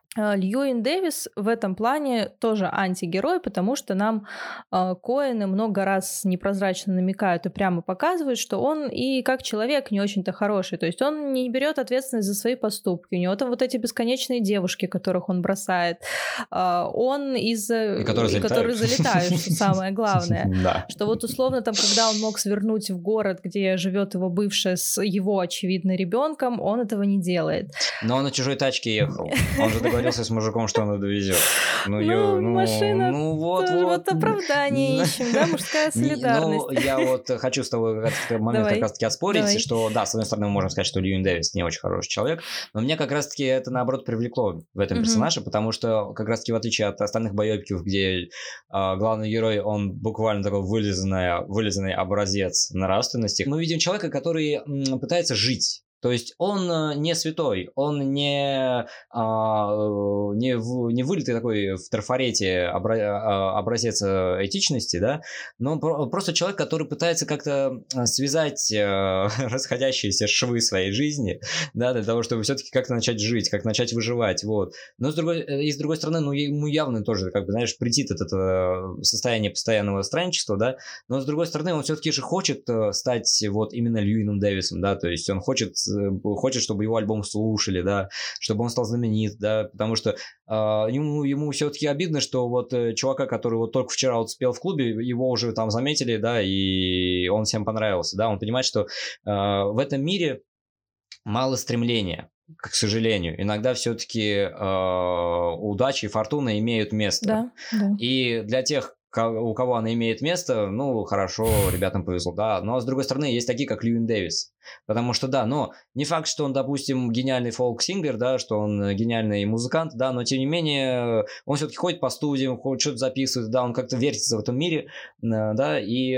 S1: Льюин Дэвис в этом плане тоже антигерой, потому что нам э, Коэны много раз непрозрачно намекают и прямо показывают, что он и как человек не очень-то хороший, то есть он не берет ответственность за свои поступки, у него там вот эти бесконечные девушки, которых он бросает, э, он из...
S2: И которые залетают.
S1: которые залетают, что самое главное, что вот условно там, когда он мог свернуть в город, где живет его бывшая с его, очевидно, ребенком, он этого не делает.
S2: Но он на чужой тачке ехал, он же договорился с мужиком, что он довезет.
S1: Ну, ну, ё, ну машина, ну вот, вот. вот оправдание ищем, да, мужская солидарность.
S2: Ну, я вот хочу с тобой этот момент как раз-таки оспорить, Давай. что, да, с одной стороны, мы можем сказать, что Льюин Дэвис не очень хороший человек, но меня как раз-таки это, наоборот, привлекло в этом mm-hmm. персонаже, потому что, как раз-таки, в отличие от остальных байопиков, где э, главный герой, он буквально такой вылизанный, вылизанный образец нравственности, мы видим человека, который м, пытается жить. То есть он не святой, он не, а, не, в, не вылитый такой в трафарете обра, образец этичности, да, но он просто человек, который пытается как-то связать расходящиеся швы своей жизни, да, для того, чтобы все-таки как-то начать жить, как начать выживать, вот. Но с другой, и с другой стороны, ну, ему явно тоже, как бы, знаешь, претит от этого состояние постоянного странничества, да, но с другой стороны, он все-таки же хочет стать вот именно Льюином Дэвисом, да, то есть он хочет хочет, чтобы его альбом слушали, да, чтобы он стал знаменит, да, потому что э, ему, ему все-таки обидно, что вот э, чувака, который вот только вчера вот спел в клубе, его уже там заметили, да, и он всем понравился, да, он понимает, что э, в этом мире мало стремления, к сожалению. Иногда все-таки э, удача и фортуна имеют место.
S1: Да, да.
S2: И для тех, у кого она имеет место, ну, хорошо, ребятам повезло, да. Но, с другой стороны, есть такие, как Льюин Дэвис. Потому что, да, но не факт, что он, допустим, гениальный фолк-сингер, да, что он гениальный музыкант, да, но, тем не менее, он все-таки ходит по студиям, ходит, что-то записывает, да, он как-то вертится в этом мире, да, и,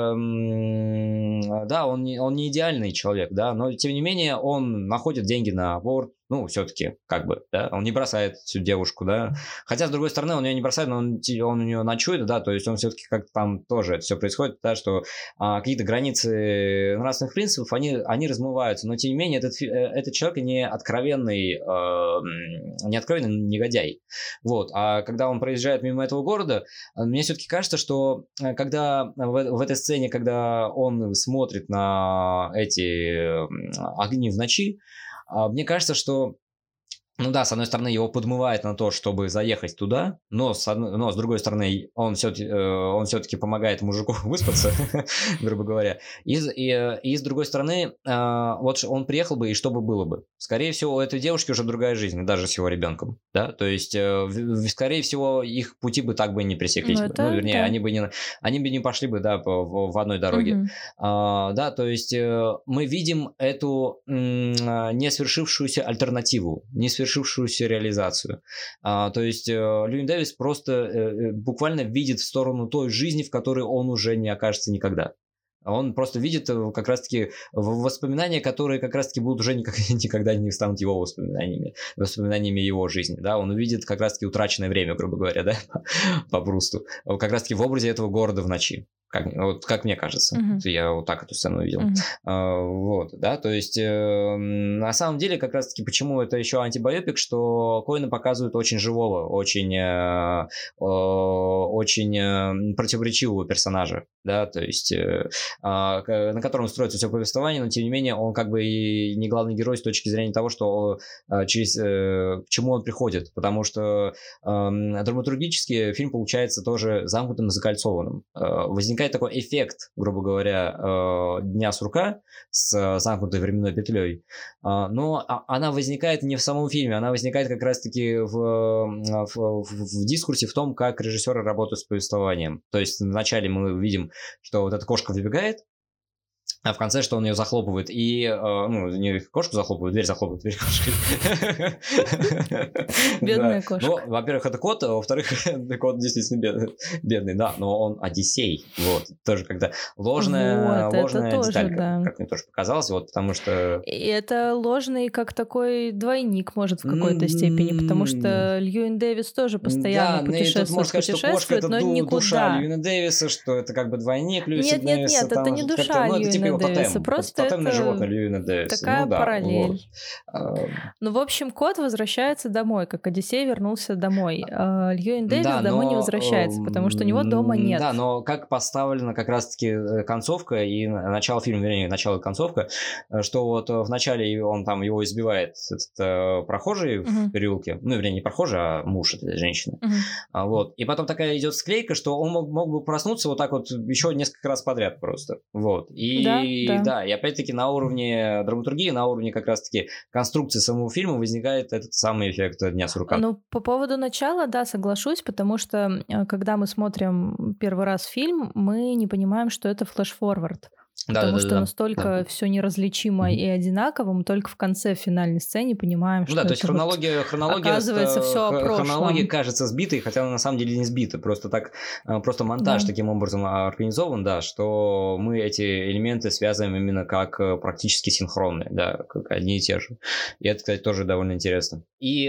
S2: да, он не, он не идеальный человек, да, но, тем не менее, он находит деньги на аборт, ну, все-таки, как бы, да, он не бросает всю девушку, да, хотя, с другой стороны, он ее не бросает, но он, он у нее ночует, да, то есть он все-таки как-то там тоже это все происходит, да, что а, какие-то границы нравственных принципов, они, они размываются, но, тем не менее, этот, этот человек не откровенный, э, не откровенный негодяй, вот, а когда он проезжает мимо этого города, мне все-таки кажется, что когда в, в этой сцене, когда он смотрит на эти огни в ночи, мне кажется, что, ну да, с одной стороны, его подмывает на то, чтобы заехать туда, но с, одной, но с другой стороны, он все-таки, он все-таки помогает мужику выспаться, грубо говоря. И, и, и с другой стороны, вот он приехал бы, и что бы было бы? Скорее всего, у этой девушки уже другая жизнь, даже с его ребенком, да, то есть, скорее всего, их пути бы так бы не пересеклись ну, бы, ну, вернее, да. они, бы не, они бы не пошли бы, да, по, в, в одной дороге, угу. а, да, то есть, мы видим эту м, не свершившуюся альтернативу, не свершившуюся реализацию, а, то есть, Льюин Дэвис просто э, буквально видит в сторону той жизни, в которой он уже не окажется никогда. Он просто видит как раз-таки воспоминания, которые как раз-таки будут уже никогда, никогда не станут его воспоминаниями, воспоминаниями его жизни, да, он увидит как раз-таки утраченное время, грубо говоря, да, по Прусту, как раз-таки в образе этого города в ночи. Как, вот, как мне кажется, uh-huh. я вот так эту сцену увидел. Uh-huh. А, вот, да, то есть э, на самом деле как раз-таки почему это еще антибиопик, что Коэны показывают очень живого, очень, э, э, очень э, противоречивого персонажа, да, то есть э, э, на котором строится все повествование, но тем не менее он как бы и не главный герой с точки зрения того, что э, через э, к чему он приходит, потому что э, драматургически фильм получается тоже замкнутым, закольцованным. Э, возникает возникает такой эффект, грубо говоря, э, дня сурка с замкнутой временной петлей, э, но она возникает не в самом фильме, она возникает как раз-таки в, в, в, в дискурсе, в том, как режиссеры работают с повествованием. То есть вначале мы видим, что вот эта кошка выбегает, а в конце, что он ее захлопывает, и, э, ну, не кошку захлопывает, дверь захлопывает, дверь кошкой.
S1: Бедная кошка.
S2: Ну, во-первых, это кот, а во-вторых, кот действительно бедный, да, но он Одиссей, вот, тоже когда ложная, ложная деталька, как мне тоже показалось, вот, потому что...
S1: И это ложный, как такой двойник, может, в какой-то степени, потому что Льюин Дэвис тоже постоянно путешествует, путешествует, но никуда.
S2: Душа Льюина Дэвиса, что это как бы двойник Льюиса Дэвиса.
S1: Нет, нет, нет, это не душа Льюина Дэвиса, просто
S2: тотемное
S1: это
S2: животное Льюина Дэвиса.
S1: такая
S2: ну, да,
S1: параллель.
S2: Вот.
S1: Ну, в общем, кот возвращается домой, как Одиссей вернулся домой. А Льюин Дэвис да, домой но, не возвращается, потому что у него дома нет.
S2: Да, но как поставлена как раз-таки концовка и начало фильма, вернее, начало и концовка, что вот вначале он там его избивает этот э, прохожий uh-huh. в переулке, ну, вернее, не прохожий, а муж этой женщины. Uh-huh. А, вот. И потом такая идет склейка, что он мог, мог бы проснуться вот так вот еще несколько раз подряд просто. Вот. И да, да. да, и опять-таки на уровне драматургии, на уровне как раз-таки конструкции самого фильма возникает этот самый эффект Дня сурка.
S1: Ну, по поводу начала, да, соглашусь, потому что когда мы смотрим первый раз фильм, мы не понимаем, что это флэш-форвард.
S2: Да,
S1: потому
S2: да,
S1: что
S2: да,
S1: настолько
S2: да.
S1: все неразличимо mm-hmm. и одинаково, мы только в конце в финальной сцене понимаем,
S2: ну,
S1: что
S2: да,
S1: это
S2: то есть хронология,
S1: вот
S2: хронология
S1: оказывается все о прошлом.
S2: Хронология кажется сбитой, хотя она на самом деле не сбита. Просто так, просто монтаж да. таким образом организован, да, что мы эти элементы связываем именно как практически синхронные, да, как одни и те же. И это, кстати, тоже довольно интересно. И э,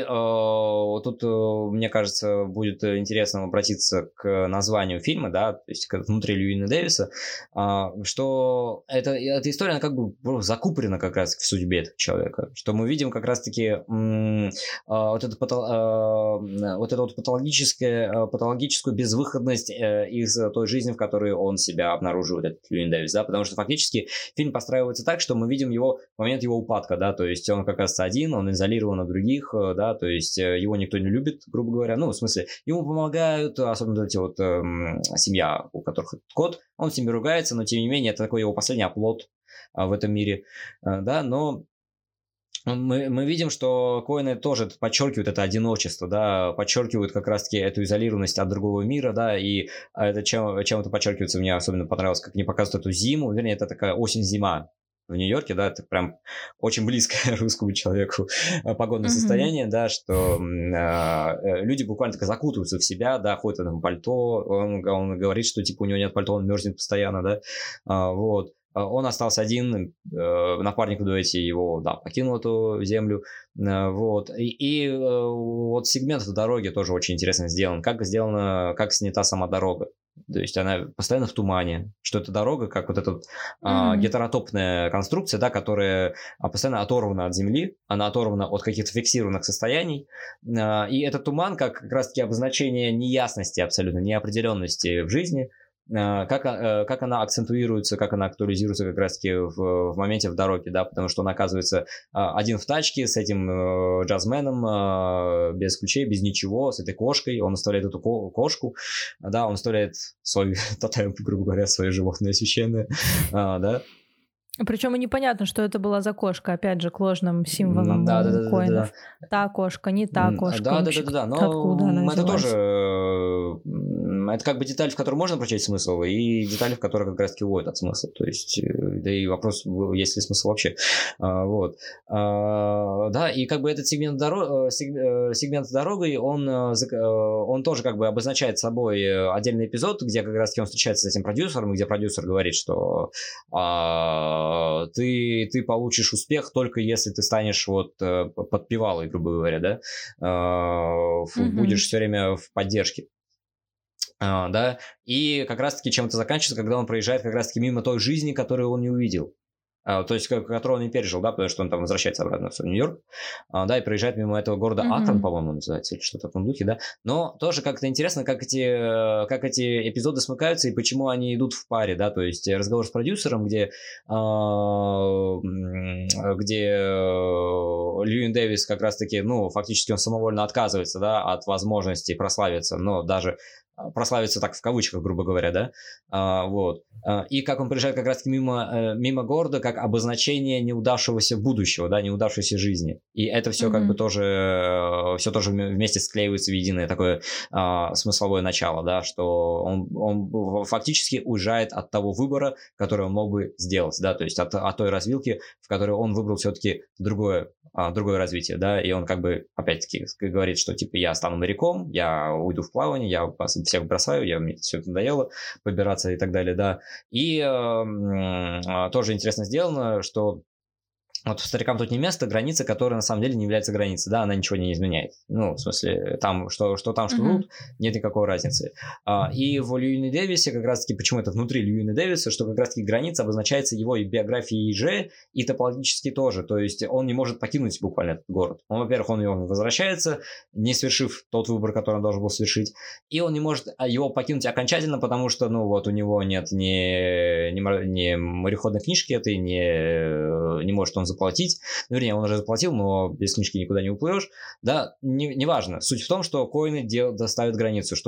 S2: тут, мне кажется, будет интересно обратиться к названию фильма, да, то есть внутри Льюина Дэвиса, э, что это, эта история, она как бы закупорена как раз в судьбе этого человека, что мы видим как раз-таки м- а, вот, это патол- а, вот эту вот патологическую, патологическую безвыходность э, из той жизни, в которой он себя обнаруживает, этот Льюин Дэвис, да, потому что фактически фильм постраивается так, что мы видим его в момент его упадка, да, то есть он как раз один, он изолирован от других, да, то есть его никто не любит, грубо говоря, ну, в смысле, ему помогают, особенно эти вот э, семья, у которых этот кот, он с ними ругается, но тем не менее это такой его последний оплот а, в этом мире, а, да, но мы, мы видим, что Коэны тоже подчеркивают это одиночество, да, подчеркивают как раз-таки эту изолированность от другого мира, да, и это чем, чем это подчеркивается, мне особенно понравилось, как они показывают эту зиму, вернее, это такая осень-зима в Нью-Йорке, да, это прям очень близкое русскому человеку погодное mm-hmm. состояние, да, что э, люди буквально так закутываются в себя, да, ходят в этом пальто, он, он говорит, что типа у него нет пальто, он мерзнет постоянно, да, а, вот. Он остался один, э, напарник, дуэте его, да, покинул эту землю, э, вот, и, и э, вот сегмент этой дороги тоже очень интересно сделан, как сделано, как снята сама дорога, то есть она постоянно в тумане, что это дорога, как вот эта вот, mm-hmm. э, гетеротопная конструкция, да, которая постоянно оторвана от земли, она оторвана от каких-то фиксированных состояний, э, и этот туман как, как раз-таки обозначение неясности абсолютно, неопределенности в жизни, Как, как она акцентуируется, как она актуализируется как раз-таки в, в моменте в дороге, да, потому что он оказывается один в тачке с этим джазменом, без ключей, без ничего, с этой кошкой, он оставляет эту кошку, да, он оставляет свой тотем, грубо говоря, свое животное священное, да.
S1: Причем и непонятно, что это была за кошка, опять же, к ложным символам
S2: да, да, да,
S1: коинов.
S2: Да, да.
S1: Та кошка, не та кошка.
S2: Да, да, да, да, да. Но
S1: откуда она
S2: это
S1: взялась?
S2: тоже это как бы деталь, в которой можно прочесть смысл, и деталь, в которой как раз-таки уводит от смысла. То есть, да и вопрос, есть ли смысл вообще. Вот. Да, и как бы этот сегмент, дорог, сегмент с дорогой, он, он тоже как бы обозначает собой отдельный эпизод, где как раз-таки он встречается с этим продюсером, где продюсер говорит, что ты, ты получишь успех только если ты станешь вот подпевалой, грубо говоря, да, mm-hmm. будешь все время в поддержке. А, да, и как раз-таки чем это заканчивается, когда он проезжает как раз-таки мимо той жизни, которую он не увидел. А, то есть, которую он не пережил, да, потому что он там возвращается обратно в Нью-Йорк, а, да, и проезжает мимо этого города mm-hmm. Акрон, по-моему, называется, или что-то в таком духе, да. Но тоже как-то интересно, как эти, как эти эпизоды смыкаются и почему они идут в паре, да, то есть разговор с продюсером, где, а, где Льюин Дэвис как раз-таки, ну, фактически он самовольно отказывается, да, от возможности прославиться, но даже прославиться так в кавычках, грубо говоря, да, а, вот. И как он приезжает как раз-таки мимо, мимо города, как обозначение неудавшегося будущего, да, неудавшейся жизни. И это все mm-hmm. как бы тоже, все тоже вместе склеивается в единое такое а, смысловое начало, да, что он, он фактически уезжает от того выбора, который он мог бы сделать, да, то есть от, от той развилки, в которой он выбрал все-таки другое, а, другое развитие, да, и он как бы, опять-таки, говорит, что типа я стану моряком, я уйду в плавание, я всех бросаю, я, мне все это надоело, побираться и так далее, да. И э, тоже интересно сделано, что вот «Старикам тут не место», граница, которая на самом деле не является границей, да, она ничего не изменяет. Ну, в смысле, там, что, что там, что
S1: uh-huh.
S2: тут, нет никакой разницы. А, и в Льюине Дэвисе как раз-таки, почему это внутри Льюина Дэвиса, что как раз-таки граница обозначается его и биографией же, и топологически тоже, то есть он не может покинуть буквально этот город. Он, во-первых, он его возвращается, не совершив тот выбор, который он должен был совершить, и он не может его покинуть окончательно, потому что, ну, вот у него нет ни, ни, ни мореходной книжки этой, не, не может он заплатить, ну, вернее, он уже заплатил, но без книжки никуда не уплывешь, да, неважно. Не Суть в том, что коины дел, доставят границу,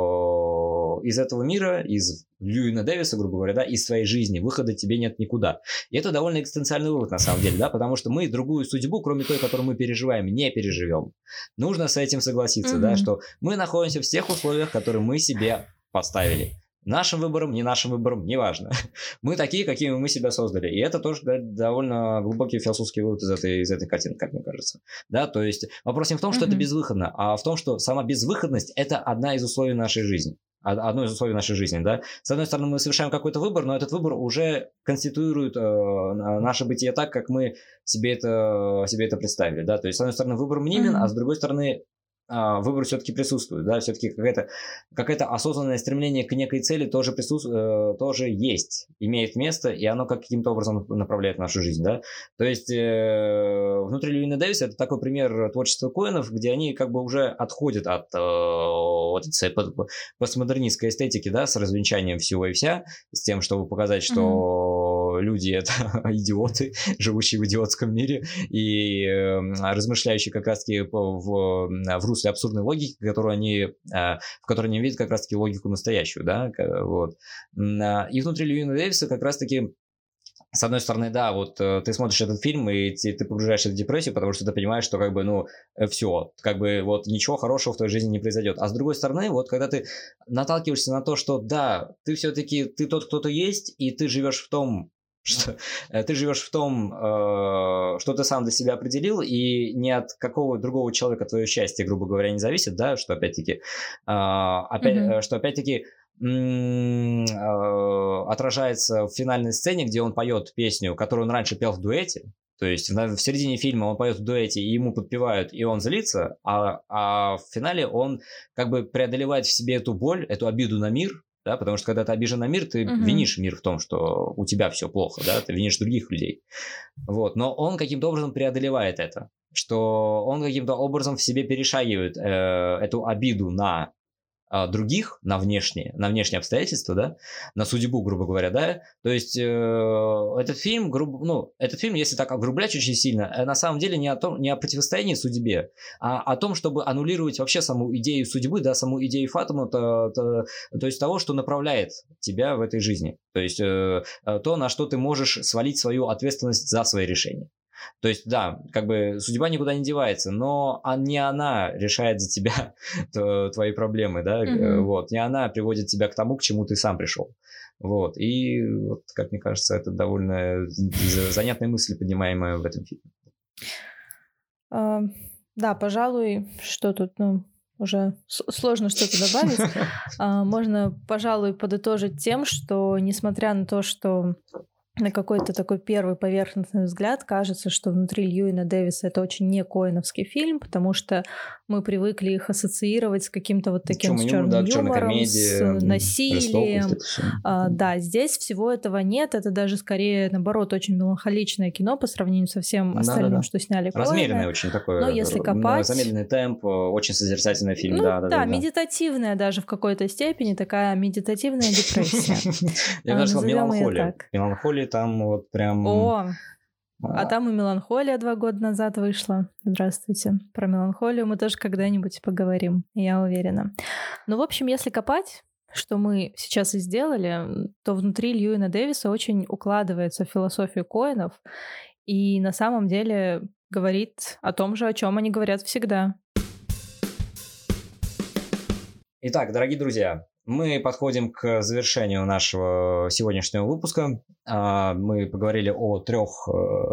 S2: что из этого мира, из Льюина Дэвиса, грубо говоря, да, из своей жизни выхода тебе нет никуда. И это довольно экзистенциальный вывод, на самом деле, да, потому что мы другую судьбу, кроме той, которую мы переживаем, не переживем. Нужно с этим согласиться, mm-hmm. да, что мы находимся в тех условиях, которые мы себе поставили. Нашим выбором, не нашим выбором, неважно. Мы такие, какими мы себя создали. И это тоже да, довольно глубокий философский вывод из этой, из этой картины, как мне кажется. Да, то есть вопрос не в том, что mm-hmm. это безвыходно, а в том, что сама безвыходность – это одна из условий нашей жизни. Одно из условий нашей жизни, да. С одной стороны, мы совершаем какой-то выбор, но этот выбор уже конституирует э, наше бытие так, как мы себе это, себе это представили, да. То есть, с одной стороны, выбор мним, mm-hmm. а с другой стороны, выбор все-таки присутствует, да, все-таки какое-то, какое-то осознанное стремление к некой цели тоже присутствует, тоже есть, имеет место, и оно каким-то образом направляет нашу жизнь, да. То есть э, внутри Льюина Дэвиса это такой пример творчества коинов, где они как бы уже отходят от э, вот этой постмодернистской эстетики, да, с развенчанием всего и вся, с тем, чтобы показать, что mm-hmm. люди это идиоты, живущие в идиотском мире и э, размышляющие как раз-таки в, в русле абсурдной логики, которую они, в которой они видят как раз-таки логику настоящую, да, вот. И внутри Льюина Дэвиса как раз-таки, с одной стороны, да, вот ты смотришь этот фильм, и ты, ты погружаешься в депрессию, потому что ты понимаешь, что как бы, ну, все, как бы вот ничего хорошего в твоей жизни не произойдет. А с другой стороны, вот когда ты наталкиваешься на то, что да, ты все-таки, ты тот, кто ты есть, и ты живешь в том, что ты живешь в том, э, что ты сам для себя определил, и ни от какого другого человека твое счастье, грубо говоря, не зависит, да, что опять-таки, э, опять, mm-hmm. что опять-таки м- э, отражается в финальной сцене, где он поет песню, которую он раньше пел в дуэте. То есть в, в середине фильма он поет в дуэте, и ему подпевают, и он злится, а, а в финале он как бы преодолевает в себе эту боль, эту обиду на мир. Да, потому что когда ты обижен на мир, ты uh-huh. винишь мир в том, что у тебя все плохо, да, ты винишь других людей. Вот. Но он каким-то образом преодолевает это, что он каким-то образом в себе перешагивает э, эту обиду на э, других, на внешние, на внешние обстоятельства, да, на судьбу, грубо говоря, да. То есть э, этот фильм, грубо, ну, этот фильм, если так огрублять очень сильно, на самом деле не о том, не о противостоянии судьбе, а о том, чтобы аннулировать вообще саму идею судьбы, да, саму идею фатума, то, то, то есть того, что направляет тебя в этой жизни. То есть э, то, на что ты можешь свалить свою ответственность за свои решения. То есть, да, как бы судьба никуда не девается, но не она решает за тебя твои проблемы, да, mm-hmm. вот, не она приводит тебя к тому, к чему ты сам пришел. Вот, и, вот, как мне кажется, это довольно занятная мысль, поднимаемая в этом фильме.
S1: Uh, да, пожалуй, что тут, ну, уже сложно что-то добавить. uh, можно, пожалуй, подытожить тем, что, несмотря на то, что на какой-то такой первый поверхностный взгляд кажется, что внутри Льюина Дэвиса это очень не коэновский фильм, потому что мы привыкли их ассоциировать с каким-то вот таким с черным да, юмором, с насилием. А, да, здесь всего этого нет. Это даже скорее, наоборот, очень меланхоличное кино по сравнению со всем да, остальным, да, да. что сняли Коэны.
S2: Размеренное очень такое.
S1: Но если копать...
S2: Замедленный темп, очень созерцательный фильм.
S1: Ну
S2: да,
S1: да,
S2: да, да,
S1: медитативная да. даже в какой-то степени, такая медитативная депрессия.
S2: Я бы даже сказал, меланхолия. Меланхолия там вот прям...
S1: О, А там и «Меланхолия» два года назад вышла. Здравствуйте. Про «Меланхолию» мы тоже когда-нибудь поговорим, я уверена. Ну, в общем, если копать, что мы сейчас и сделали, то внутри Льюина Дэвиса очень укладывается в философию Коэнов и на самом деле говорит о том же, о чем они говорят всегда.
S2: Итак, дорогие друзья, мы подходим к завершению нашего сегодняшнего выпуска. Мы поговорили о трех,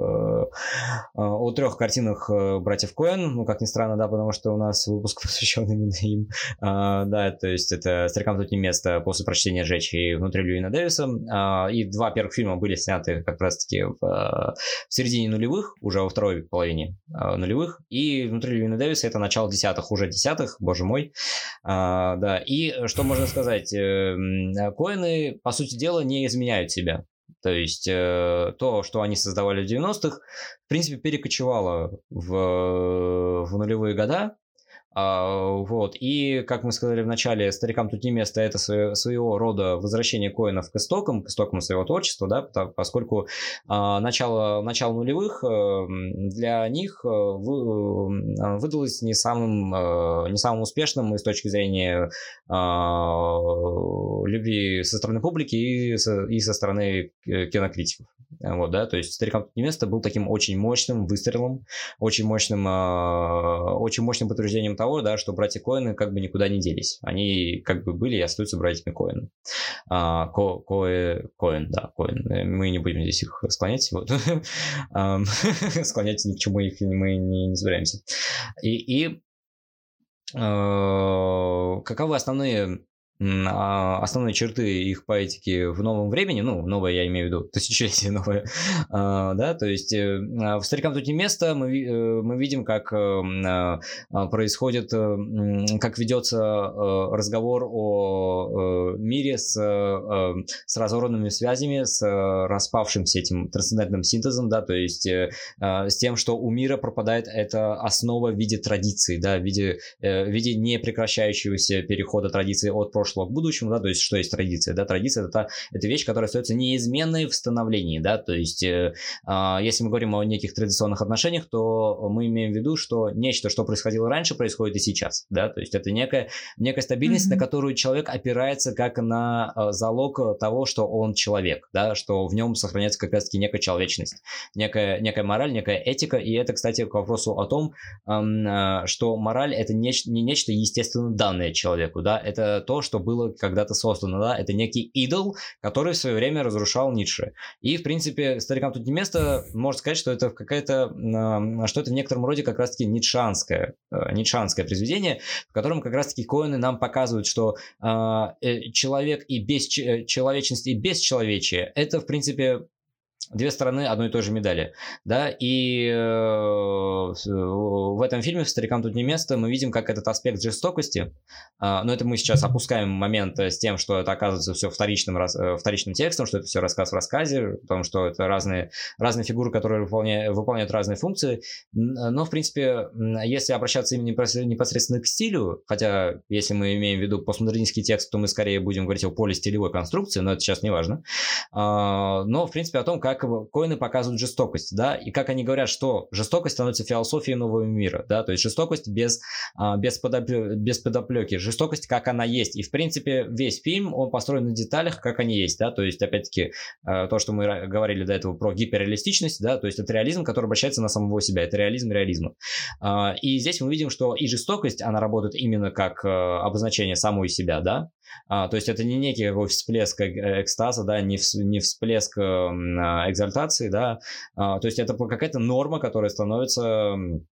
S2: о трех картинах братьев Коэн. Ну, как ни странно, да, потому что у нас выпуск посвящен именно им. Да, то есть это «Старикам тут не место», «После прочтения «Жечь» и «Внутри Льюина Дэвиса». И два первых фильма были сняты как раз-таки в, в середине нулевых, уже во второй половине нулевых. И «Внутри Льюина Дэвиса» — это начало десятых, уже десятых, боже мой. Да, и что можно сказать? Коэны, по сути дела, не изменяют себя. То есть э, то, что они создавали в девяностых, в принципе, перекочевало в, в нулевые года. А, вот. И, как мы сказали в начале, «Старикам тут не место» — это свое, своего рода возвращение Коэнов к истокам, к истокам своего творчества, да, поскольку а, начало, начало нулевых а, для них а, вы, а, выдалось не самым, а, не самым успешным и с точки зрения а, любви со стороны публики и со, и со стороны кинокритиков. Вот, да, то есть «Старикам тут не место» был таким очень мощным выстрелом, очень мощным, а, очень мощным подтверждением того, да, что братья Коэны как бы никуда не делись. Они как бы были и остаются братьями Коэн. А, Ко, Коэ, Коэн, да, Коэн. Мы не будем здесь их склонять. Вот. Склонять ни к чему их мы не, не собираемся. И, и каковы основные основные черты их поэтики в новом времени, ну, новое я имею в виду, тысячелетие новое, да, то есть в «Старикам тут не место» мы, мы видим, как происходит, как ведется разговор о мире с, с разорванными связями, с распавшимся этим трансцендентным синтезом, да, то есть с тем, что у мира пропадает эта основа в виде традиции, да, в виде, в виде непрекращающегося перехода традиции от прошлого к будущему, да, то есть что есть традиция, да, традиция — это, та, это вещь, которая остается неизменной в становлении, да, то есть э, э, если мы говорим о неких традиционных отношениях, то мы имеем в виду, что нечто, что происходило раньше, происходит и сейчас, да, то есть это некая, некая стабильность, mm-hmm. на которую человек опирается как на э, залог того, что он человек, да, что в нем сохраняется как раз-таки некая человечность, некая, некая мораль, некая этика, и это, кстати, к вопросу о том, э, что мораль — это не, не нечто естественно данное человеку, да, это то, что было когда-то создано, да, это некий идол, который в свое время разрушал Ницше. И, в принципе, «Старикам тут не место», можно сказать, что это какая-то, что это в некотором роде как раз-таки ницшанское, ницшанское произведение, в котором как раз-таки Коэны нам показывают, что э, человек и без, человечность и бесчеловечие — это, в принципе, две стороны одной и той же медали, да, и э, в этом фильме «В «Старикам тут не место» мы видим, как этот аспект жестокости, э, но это мы сейчас опускаем момент с тем, что это оказывается все вторичным, э, вторичным текстом, что это все рассказ в рассказе, потому что это разные, разные фигуры, которые выполняют, выполняют разные функции, но, в принципе, если обращаться именно непосредственно к стилю, хотя, если мы имеем в виду постмодернистский текст, то мы скорее будем говорить о полистилевой конструкции, но это сейчас не важно, э, но, в принципе, о том, как как Коэны показывают жестокость, да, и как они говорят, что жестокость становится философией нового мира, да, то есть жестокость без, без, подоплё... без подоплеки, жестокость как она есть, и в принципе весь фильм, он построен на деталях, как они есть, да, то есть опять-таки то, что мы говорили до этого про гиперреалистичность, да, то есть это реализм, который обращается на самого себя, это реализм реализма, и здесь мы видим, что и жестокость, она работает именно как обозначение самой себя, да, А, то есть это не некий какой всплеск экстаза, да, не, в, не всплеск э, экзальтации, да, а, то есть это какая-то норма, которая становится,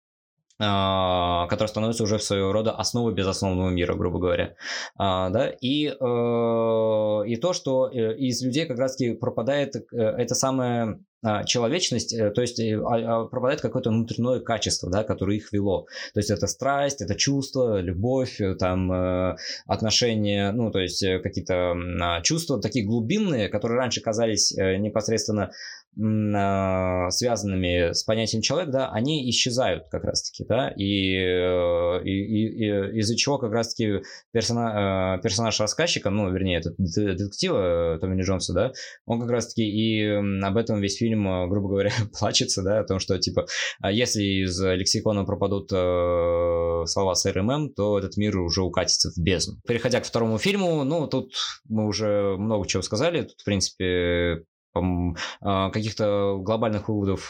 S2: э, которая становится уже в своего рода основой безосновного мира, грубо говоря, а, да, и, э, и то, что из людей как раз-таки пропадает э, это самое... человечность, то есть пропадает какое-то внутреннее качество, да, которое их вело. То есть это страсть, это чувство, любовь, там, отношения, ну, то есть какие-то чувства такие глубинные, которые раньше казались непосредственно связанными с понятием человек, да, они исчезают как раз-таки, да, и, и, и, и из-за чего как раз-таки персона, персонаж рассказчика, ну, вернее, это детектива Томми Ли Джонса, да, он как раз-таки и об этом весь фильм, грубо говоря, плачется, да, о том, что, типа, если из лексикона пропадут слова с эр эм эм, то этот мир уже укатится в бездну. Переходя к второму фильму, ну, тут мы уже много чего сказали, тут, в принципе, каких-то глобальных выводов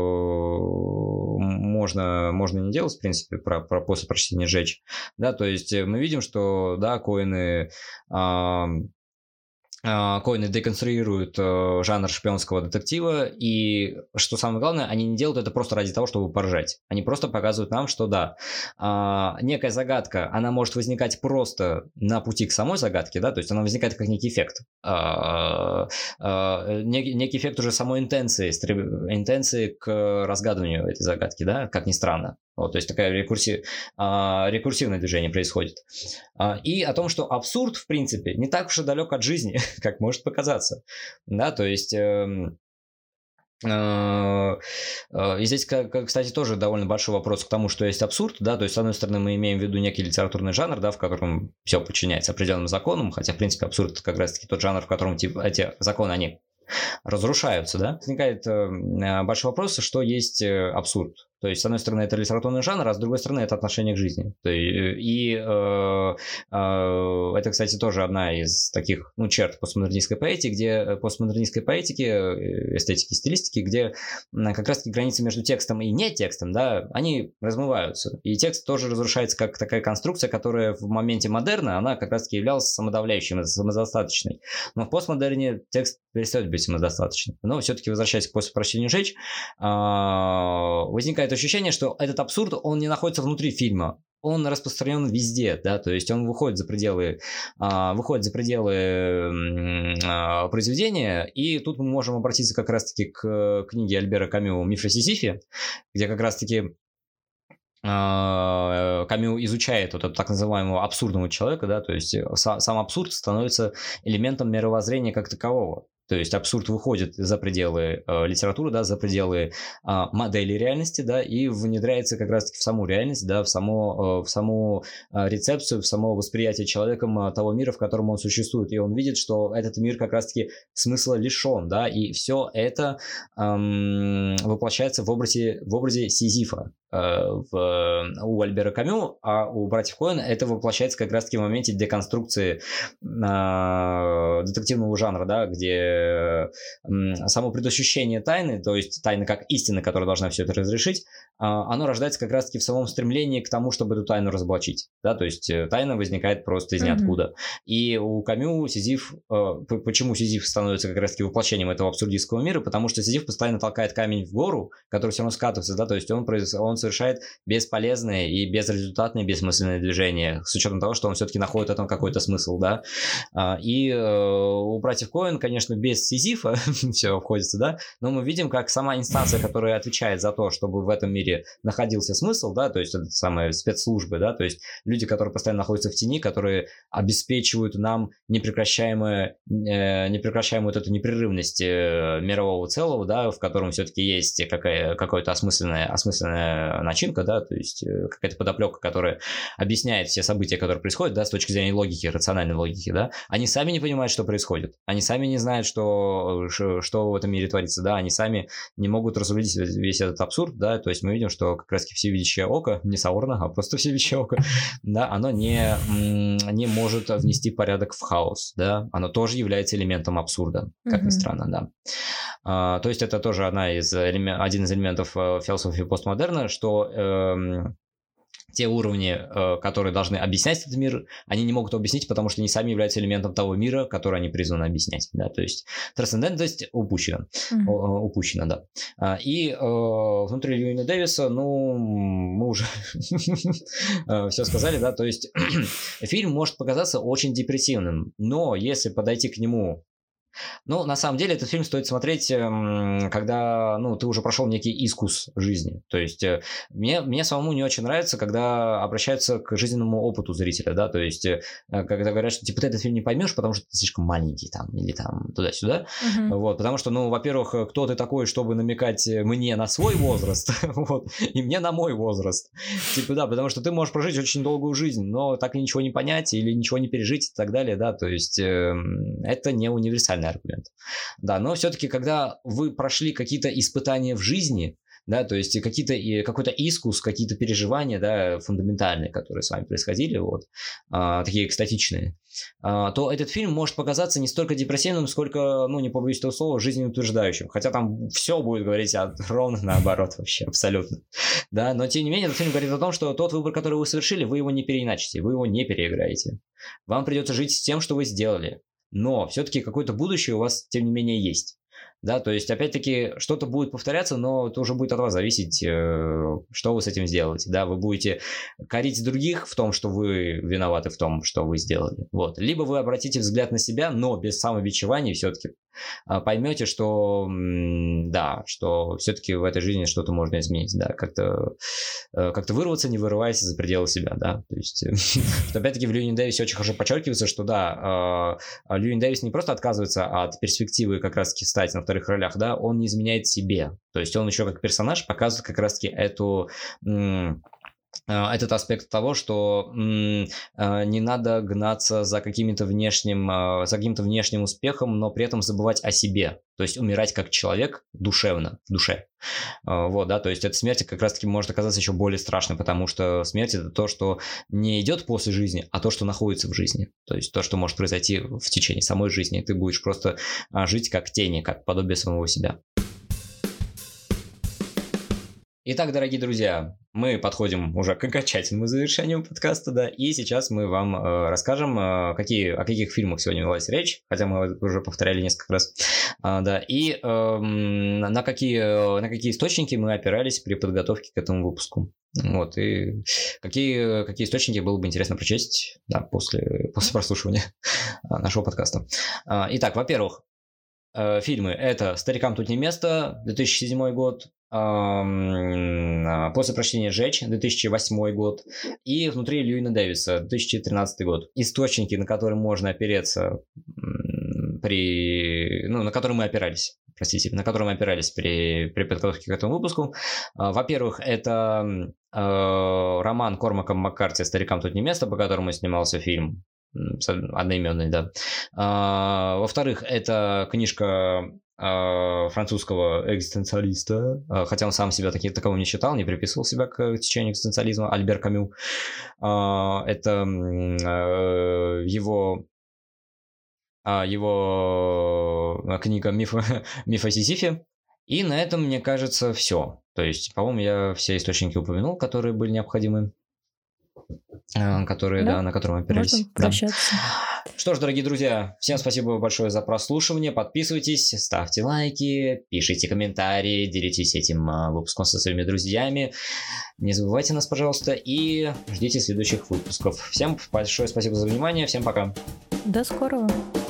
S2: можно, можно не делать, в принципе, про, про после прочтения «Сжечь». Да, то есть мы видим, что, да, Коэны... Коэны деконструируют э, жанр шпионского детектива, и, что самое главное, они не делают это просто ради того, чтобы поржать. Они просто показывают нам, что да, э, некая загадка, она может возникать просто на пути к самой загадке, да, то есть она возникает как некий эффект. Э, э, некий, некий эффект уже самой интенции, интенции к разгадыванию этой загадки, да, как ни странно. Вот, то есть такая рекурсив, а, рекурсивное движение происходит. А, и о том, что абсурд, в принципе, не так уж и далек от жизни, как может показаться. Да, то есть... Э, э, э, и здесь, кстати, тоже довольно большой вопрос к тому, что есть абсурд. Да, то есть, с одной стороны, мы имеем в виду некий литературный жанр, да, в котором все подчиняется определенным законам, хотя, в принципе, абсурд – это как раз-таки тот жанр, в котором типа, эти законы, они разрушаются, да. Возникает э, большой вопрос, что есть абсурд. То есть, с одной стороны, это литературный жанр, а с другой стороны, это отношение к жизни. И э, э, это, кстати, тоже одна из таких, ну, черт постмодернистской поэтики, где постмодернистской поэтики, эстетики, стилистики, где как раз-таки границы между текстом и не текстом, да, они размываются. И текст тоже разрушается как такая конструкция, которая в моменте модерна, она как раз-таки являлась самодавляющей, самодостаточной. Но в постмодерне текст перестает быть самодостаточным. Но все-таки, возвращаясь к «После прочтения «Сжечь», возникает ощущение, что этот абсурд, он не находится внутри фильма. Он распространен везде, да, то есть он выходит за пределы, а, выходит за пределы а, произведения, и тут мы можем обратиться как раз-таки к книге Альбера Камю «Миф о Сизифе», где как раз-таки Камю изучает вот этого так называемого абсурдного человека, да, то есть сам абсурд становится элементом мировоззрения как такового. То есть абсурд выходит за пределы э, литературы, да, за пределы э, модели реальности, да, и внедряется как раз-таки в саму реальность, да, в саму, э, в саму э, рецепцию, в само восприятие человеком э, того мира, в котором он существует. И он видит, что этот мир как раз-таки смысла лишен, да, и все это эм, воплощается в образе, в образе Сизифа. В, у Альбера Камю, а у братьев Коэн это воплощается как раз-таки в моменте деконструкции э, детективного жанра, да, где э, само предощущение тайны, то есть тайны как истина, которая должна все это разрешить, э, оно рождается как раз-таки в самом стремлении к тому, чтобы эту тайну разоблачить, да, то есть тайна возникает просто из ниоткуда. Mm-hmm. И у Камю Сизиф, э, почему Сизиф становится как раз-таки воплощением этого абсурдистского мира, потому что Сизиф постоянно толкает камень в гору, который все равно скатывается, да, то есть он, он совершает бесполезные и безрезультатные, бессмысленные движения, с учетом того, что он все-таки находит в этом какой-то смысл, да. И э, у братьев Коэн, конечно, без Сизифа все обходится, да, но мы видим, как сама инстанция, которая отвечает за то, чтобы в этом мире находился смысл, да, то есть это самые спецслужбы, да, то есть люди, которые постоянно находятся в тени, которые обеспечивают нам непрекращаемую, э, непрекращаемую вот эту непрерывность э, мирового целого, да, в котором все-таки есть какая, какое-то осмысленное, осмысленное начинка, да, то есть какая-то подоплека, которая объясняет все события, которые происходят, да, с точки зрения логики, рациональной логики, да, они сами не понимают, что происходит, они сами не знают, что, что в этом мире творится, да, они сами не могут разрулить весь этот абсурд, да, то есть мы видим, что как раз-таки всевидящее око, не Саурна, а просто всевидящее око, да, оно не, не может внести порядок в хаос, да, оно тоже является элементом абсурда, как mm-hmm. ни странно, да. А, то есть это тоже одна из, один из элементов философии постмодерна, что эм, те уровни, э, которые должны объяснять этот мир, они не могут его объяснить, потому что они сами являются элементом того мира, который они призваны объяснять. Да? То есть трансцендентность упущена. Mm-hmm. О, упущена, да. А, и э, внутри Льюина Дэвиса, ну, мы уже все сказали, да, то есть фильм может показаться очень депрессивным, но если подойти к нему Ну, на самом деле, этот фильм стоит смотреть, когда, ну, ты уже прошел некий искус жизни. То есть, мне, мне самому не очень нравится, когда обращаются к жизненному опыту зрителя, да, то есть, когда говорят, что, типа, ты этот фильм не поймешь, потому что ты слишком маленький там, или там туда-сюда, uh-huh. вот, потому что, ну, во-первых, кто ты такой, чтобы намекать мне на свой возраст, вот, и мне на мой возраст, типа, да, потому что ты можешь прожить очень долгую жизнь, но так и ничего не понять, или ничего не пережить и так далее, да, то есть, э, это не универсальный аргумент. Да, но все-таки, когда вы прошли какие-то испытания в жизни, да, то есть какие-то, какой-то искус, какие-то переживания, да, фундаментальные, которые с вами происходили, вот, а, такие экстатичные, а, то этот фильм может показаться не столько депрессивным, сколько, ну, не побоюсь этого слова, жизнеутверждающим, хотя там все будет говорить о, ровно наоборот вообще, абсолютно, да, но тем не менее этот фильм говорит о том, что тот выбор, который вы совершили, вы его не переиначите, вы его не переиграете, вам придется жить с тем, что вы сделали. Но все-таки какое-то будущее у вас, тем не менее, есть. Да, то есть, опять-таки, что-то будет повторяться, но это уже будет от вас зависеть, что вы с этим сделаете. Да, вы будете корить других в том, что вы виноваты в том, что вы сделали. Вот. Либо вы обратите взгляд на себя, но без самобичевания все-таки поймете, что да, что все-таки в этой жизни что-то можно изменить, да, как-то, как-то вырваться, не вырываясь за пределы себя, да, то есть, опять-таки в Льюине Дэвисе очень хорошо подчеркивается, что да, Льюин Дэвис не просто отказывается от перспективы как раз-таки стать на вторых ролях, да, он не изменяет себе, то есть он еще как персонаж показывает как раз-таки эту... этот аспект того, что м, не надо гнаться за каким-то внешним, за каким-то внешним успехом, но при этом забывать о себе, то есть умирать как человек душевно, в душе. Вот, да, то есть эта смерть как раз-таки может оказаться еще более страшной, потому что смерть — это то, что не идет после жизни, а то, что находится в жизни, то есть то, что может произойти в течение самой жизни, и ты будешь просто жить как тени, как подобие самого себя. Итак, дорогие друзья, мы подходим уже к окончательному завершению подкаста, да, и сейчас мы вам э, расскажем, э, какие, о каких фильмах сегодня велась речь, хотя мы уже повторяли несколько раз, э, да, и э, на, какие, на какие источники мы опирались при подготовке к этому выпуску. Вот, и какие, какие источники было бы интересно прочесть, да, после, после прослушивания нашего подкаста. Итак, во-первых, э, фильмы — это «Старикам тут не место», две тысячи седьмой год, «После прочтения «Жечь», две тысячи восьмой год, и «Внутри Льюина Дэвиса», две тысячи тринадцатый год. Источники, на которые можно опереться при... Ну, на которые мы опирались, простите, на которые мы опирались при, при подготовке к этому выпуску. Во-первых, это роман Кормака Маккарти «Старикам тут не место», по которому снимался фильм одноименный, да. Во-вторых, это книжка французского экзистенциалиста, хотя он сам себя таки, таковым не считал, не приписывал себя к течению экзистенциализма, Альбер Камю. Это его, его книга «Миф, «Миф о Сизифе». И на этом, мне кажется, все. То есть, по-моему, я все источники упомянул, которые были необходимы, которые, да, да, на которые мы опирались.
S1: Можно прощаться.
S2: Да. Что ж, дорогие друзья, всем спасибо большое за прослушивание. Подписывайтесь, ставьте лайки, пишите комментарии, делитесь этим выпуском со своими друзьями. Не забывайте нас, пожалуйста, и ждите следующих выпусков. Всем большое спасибо за внимание. Всем пока.
S1: До скорого.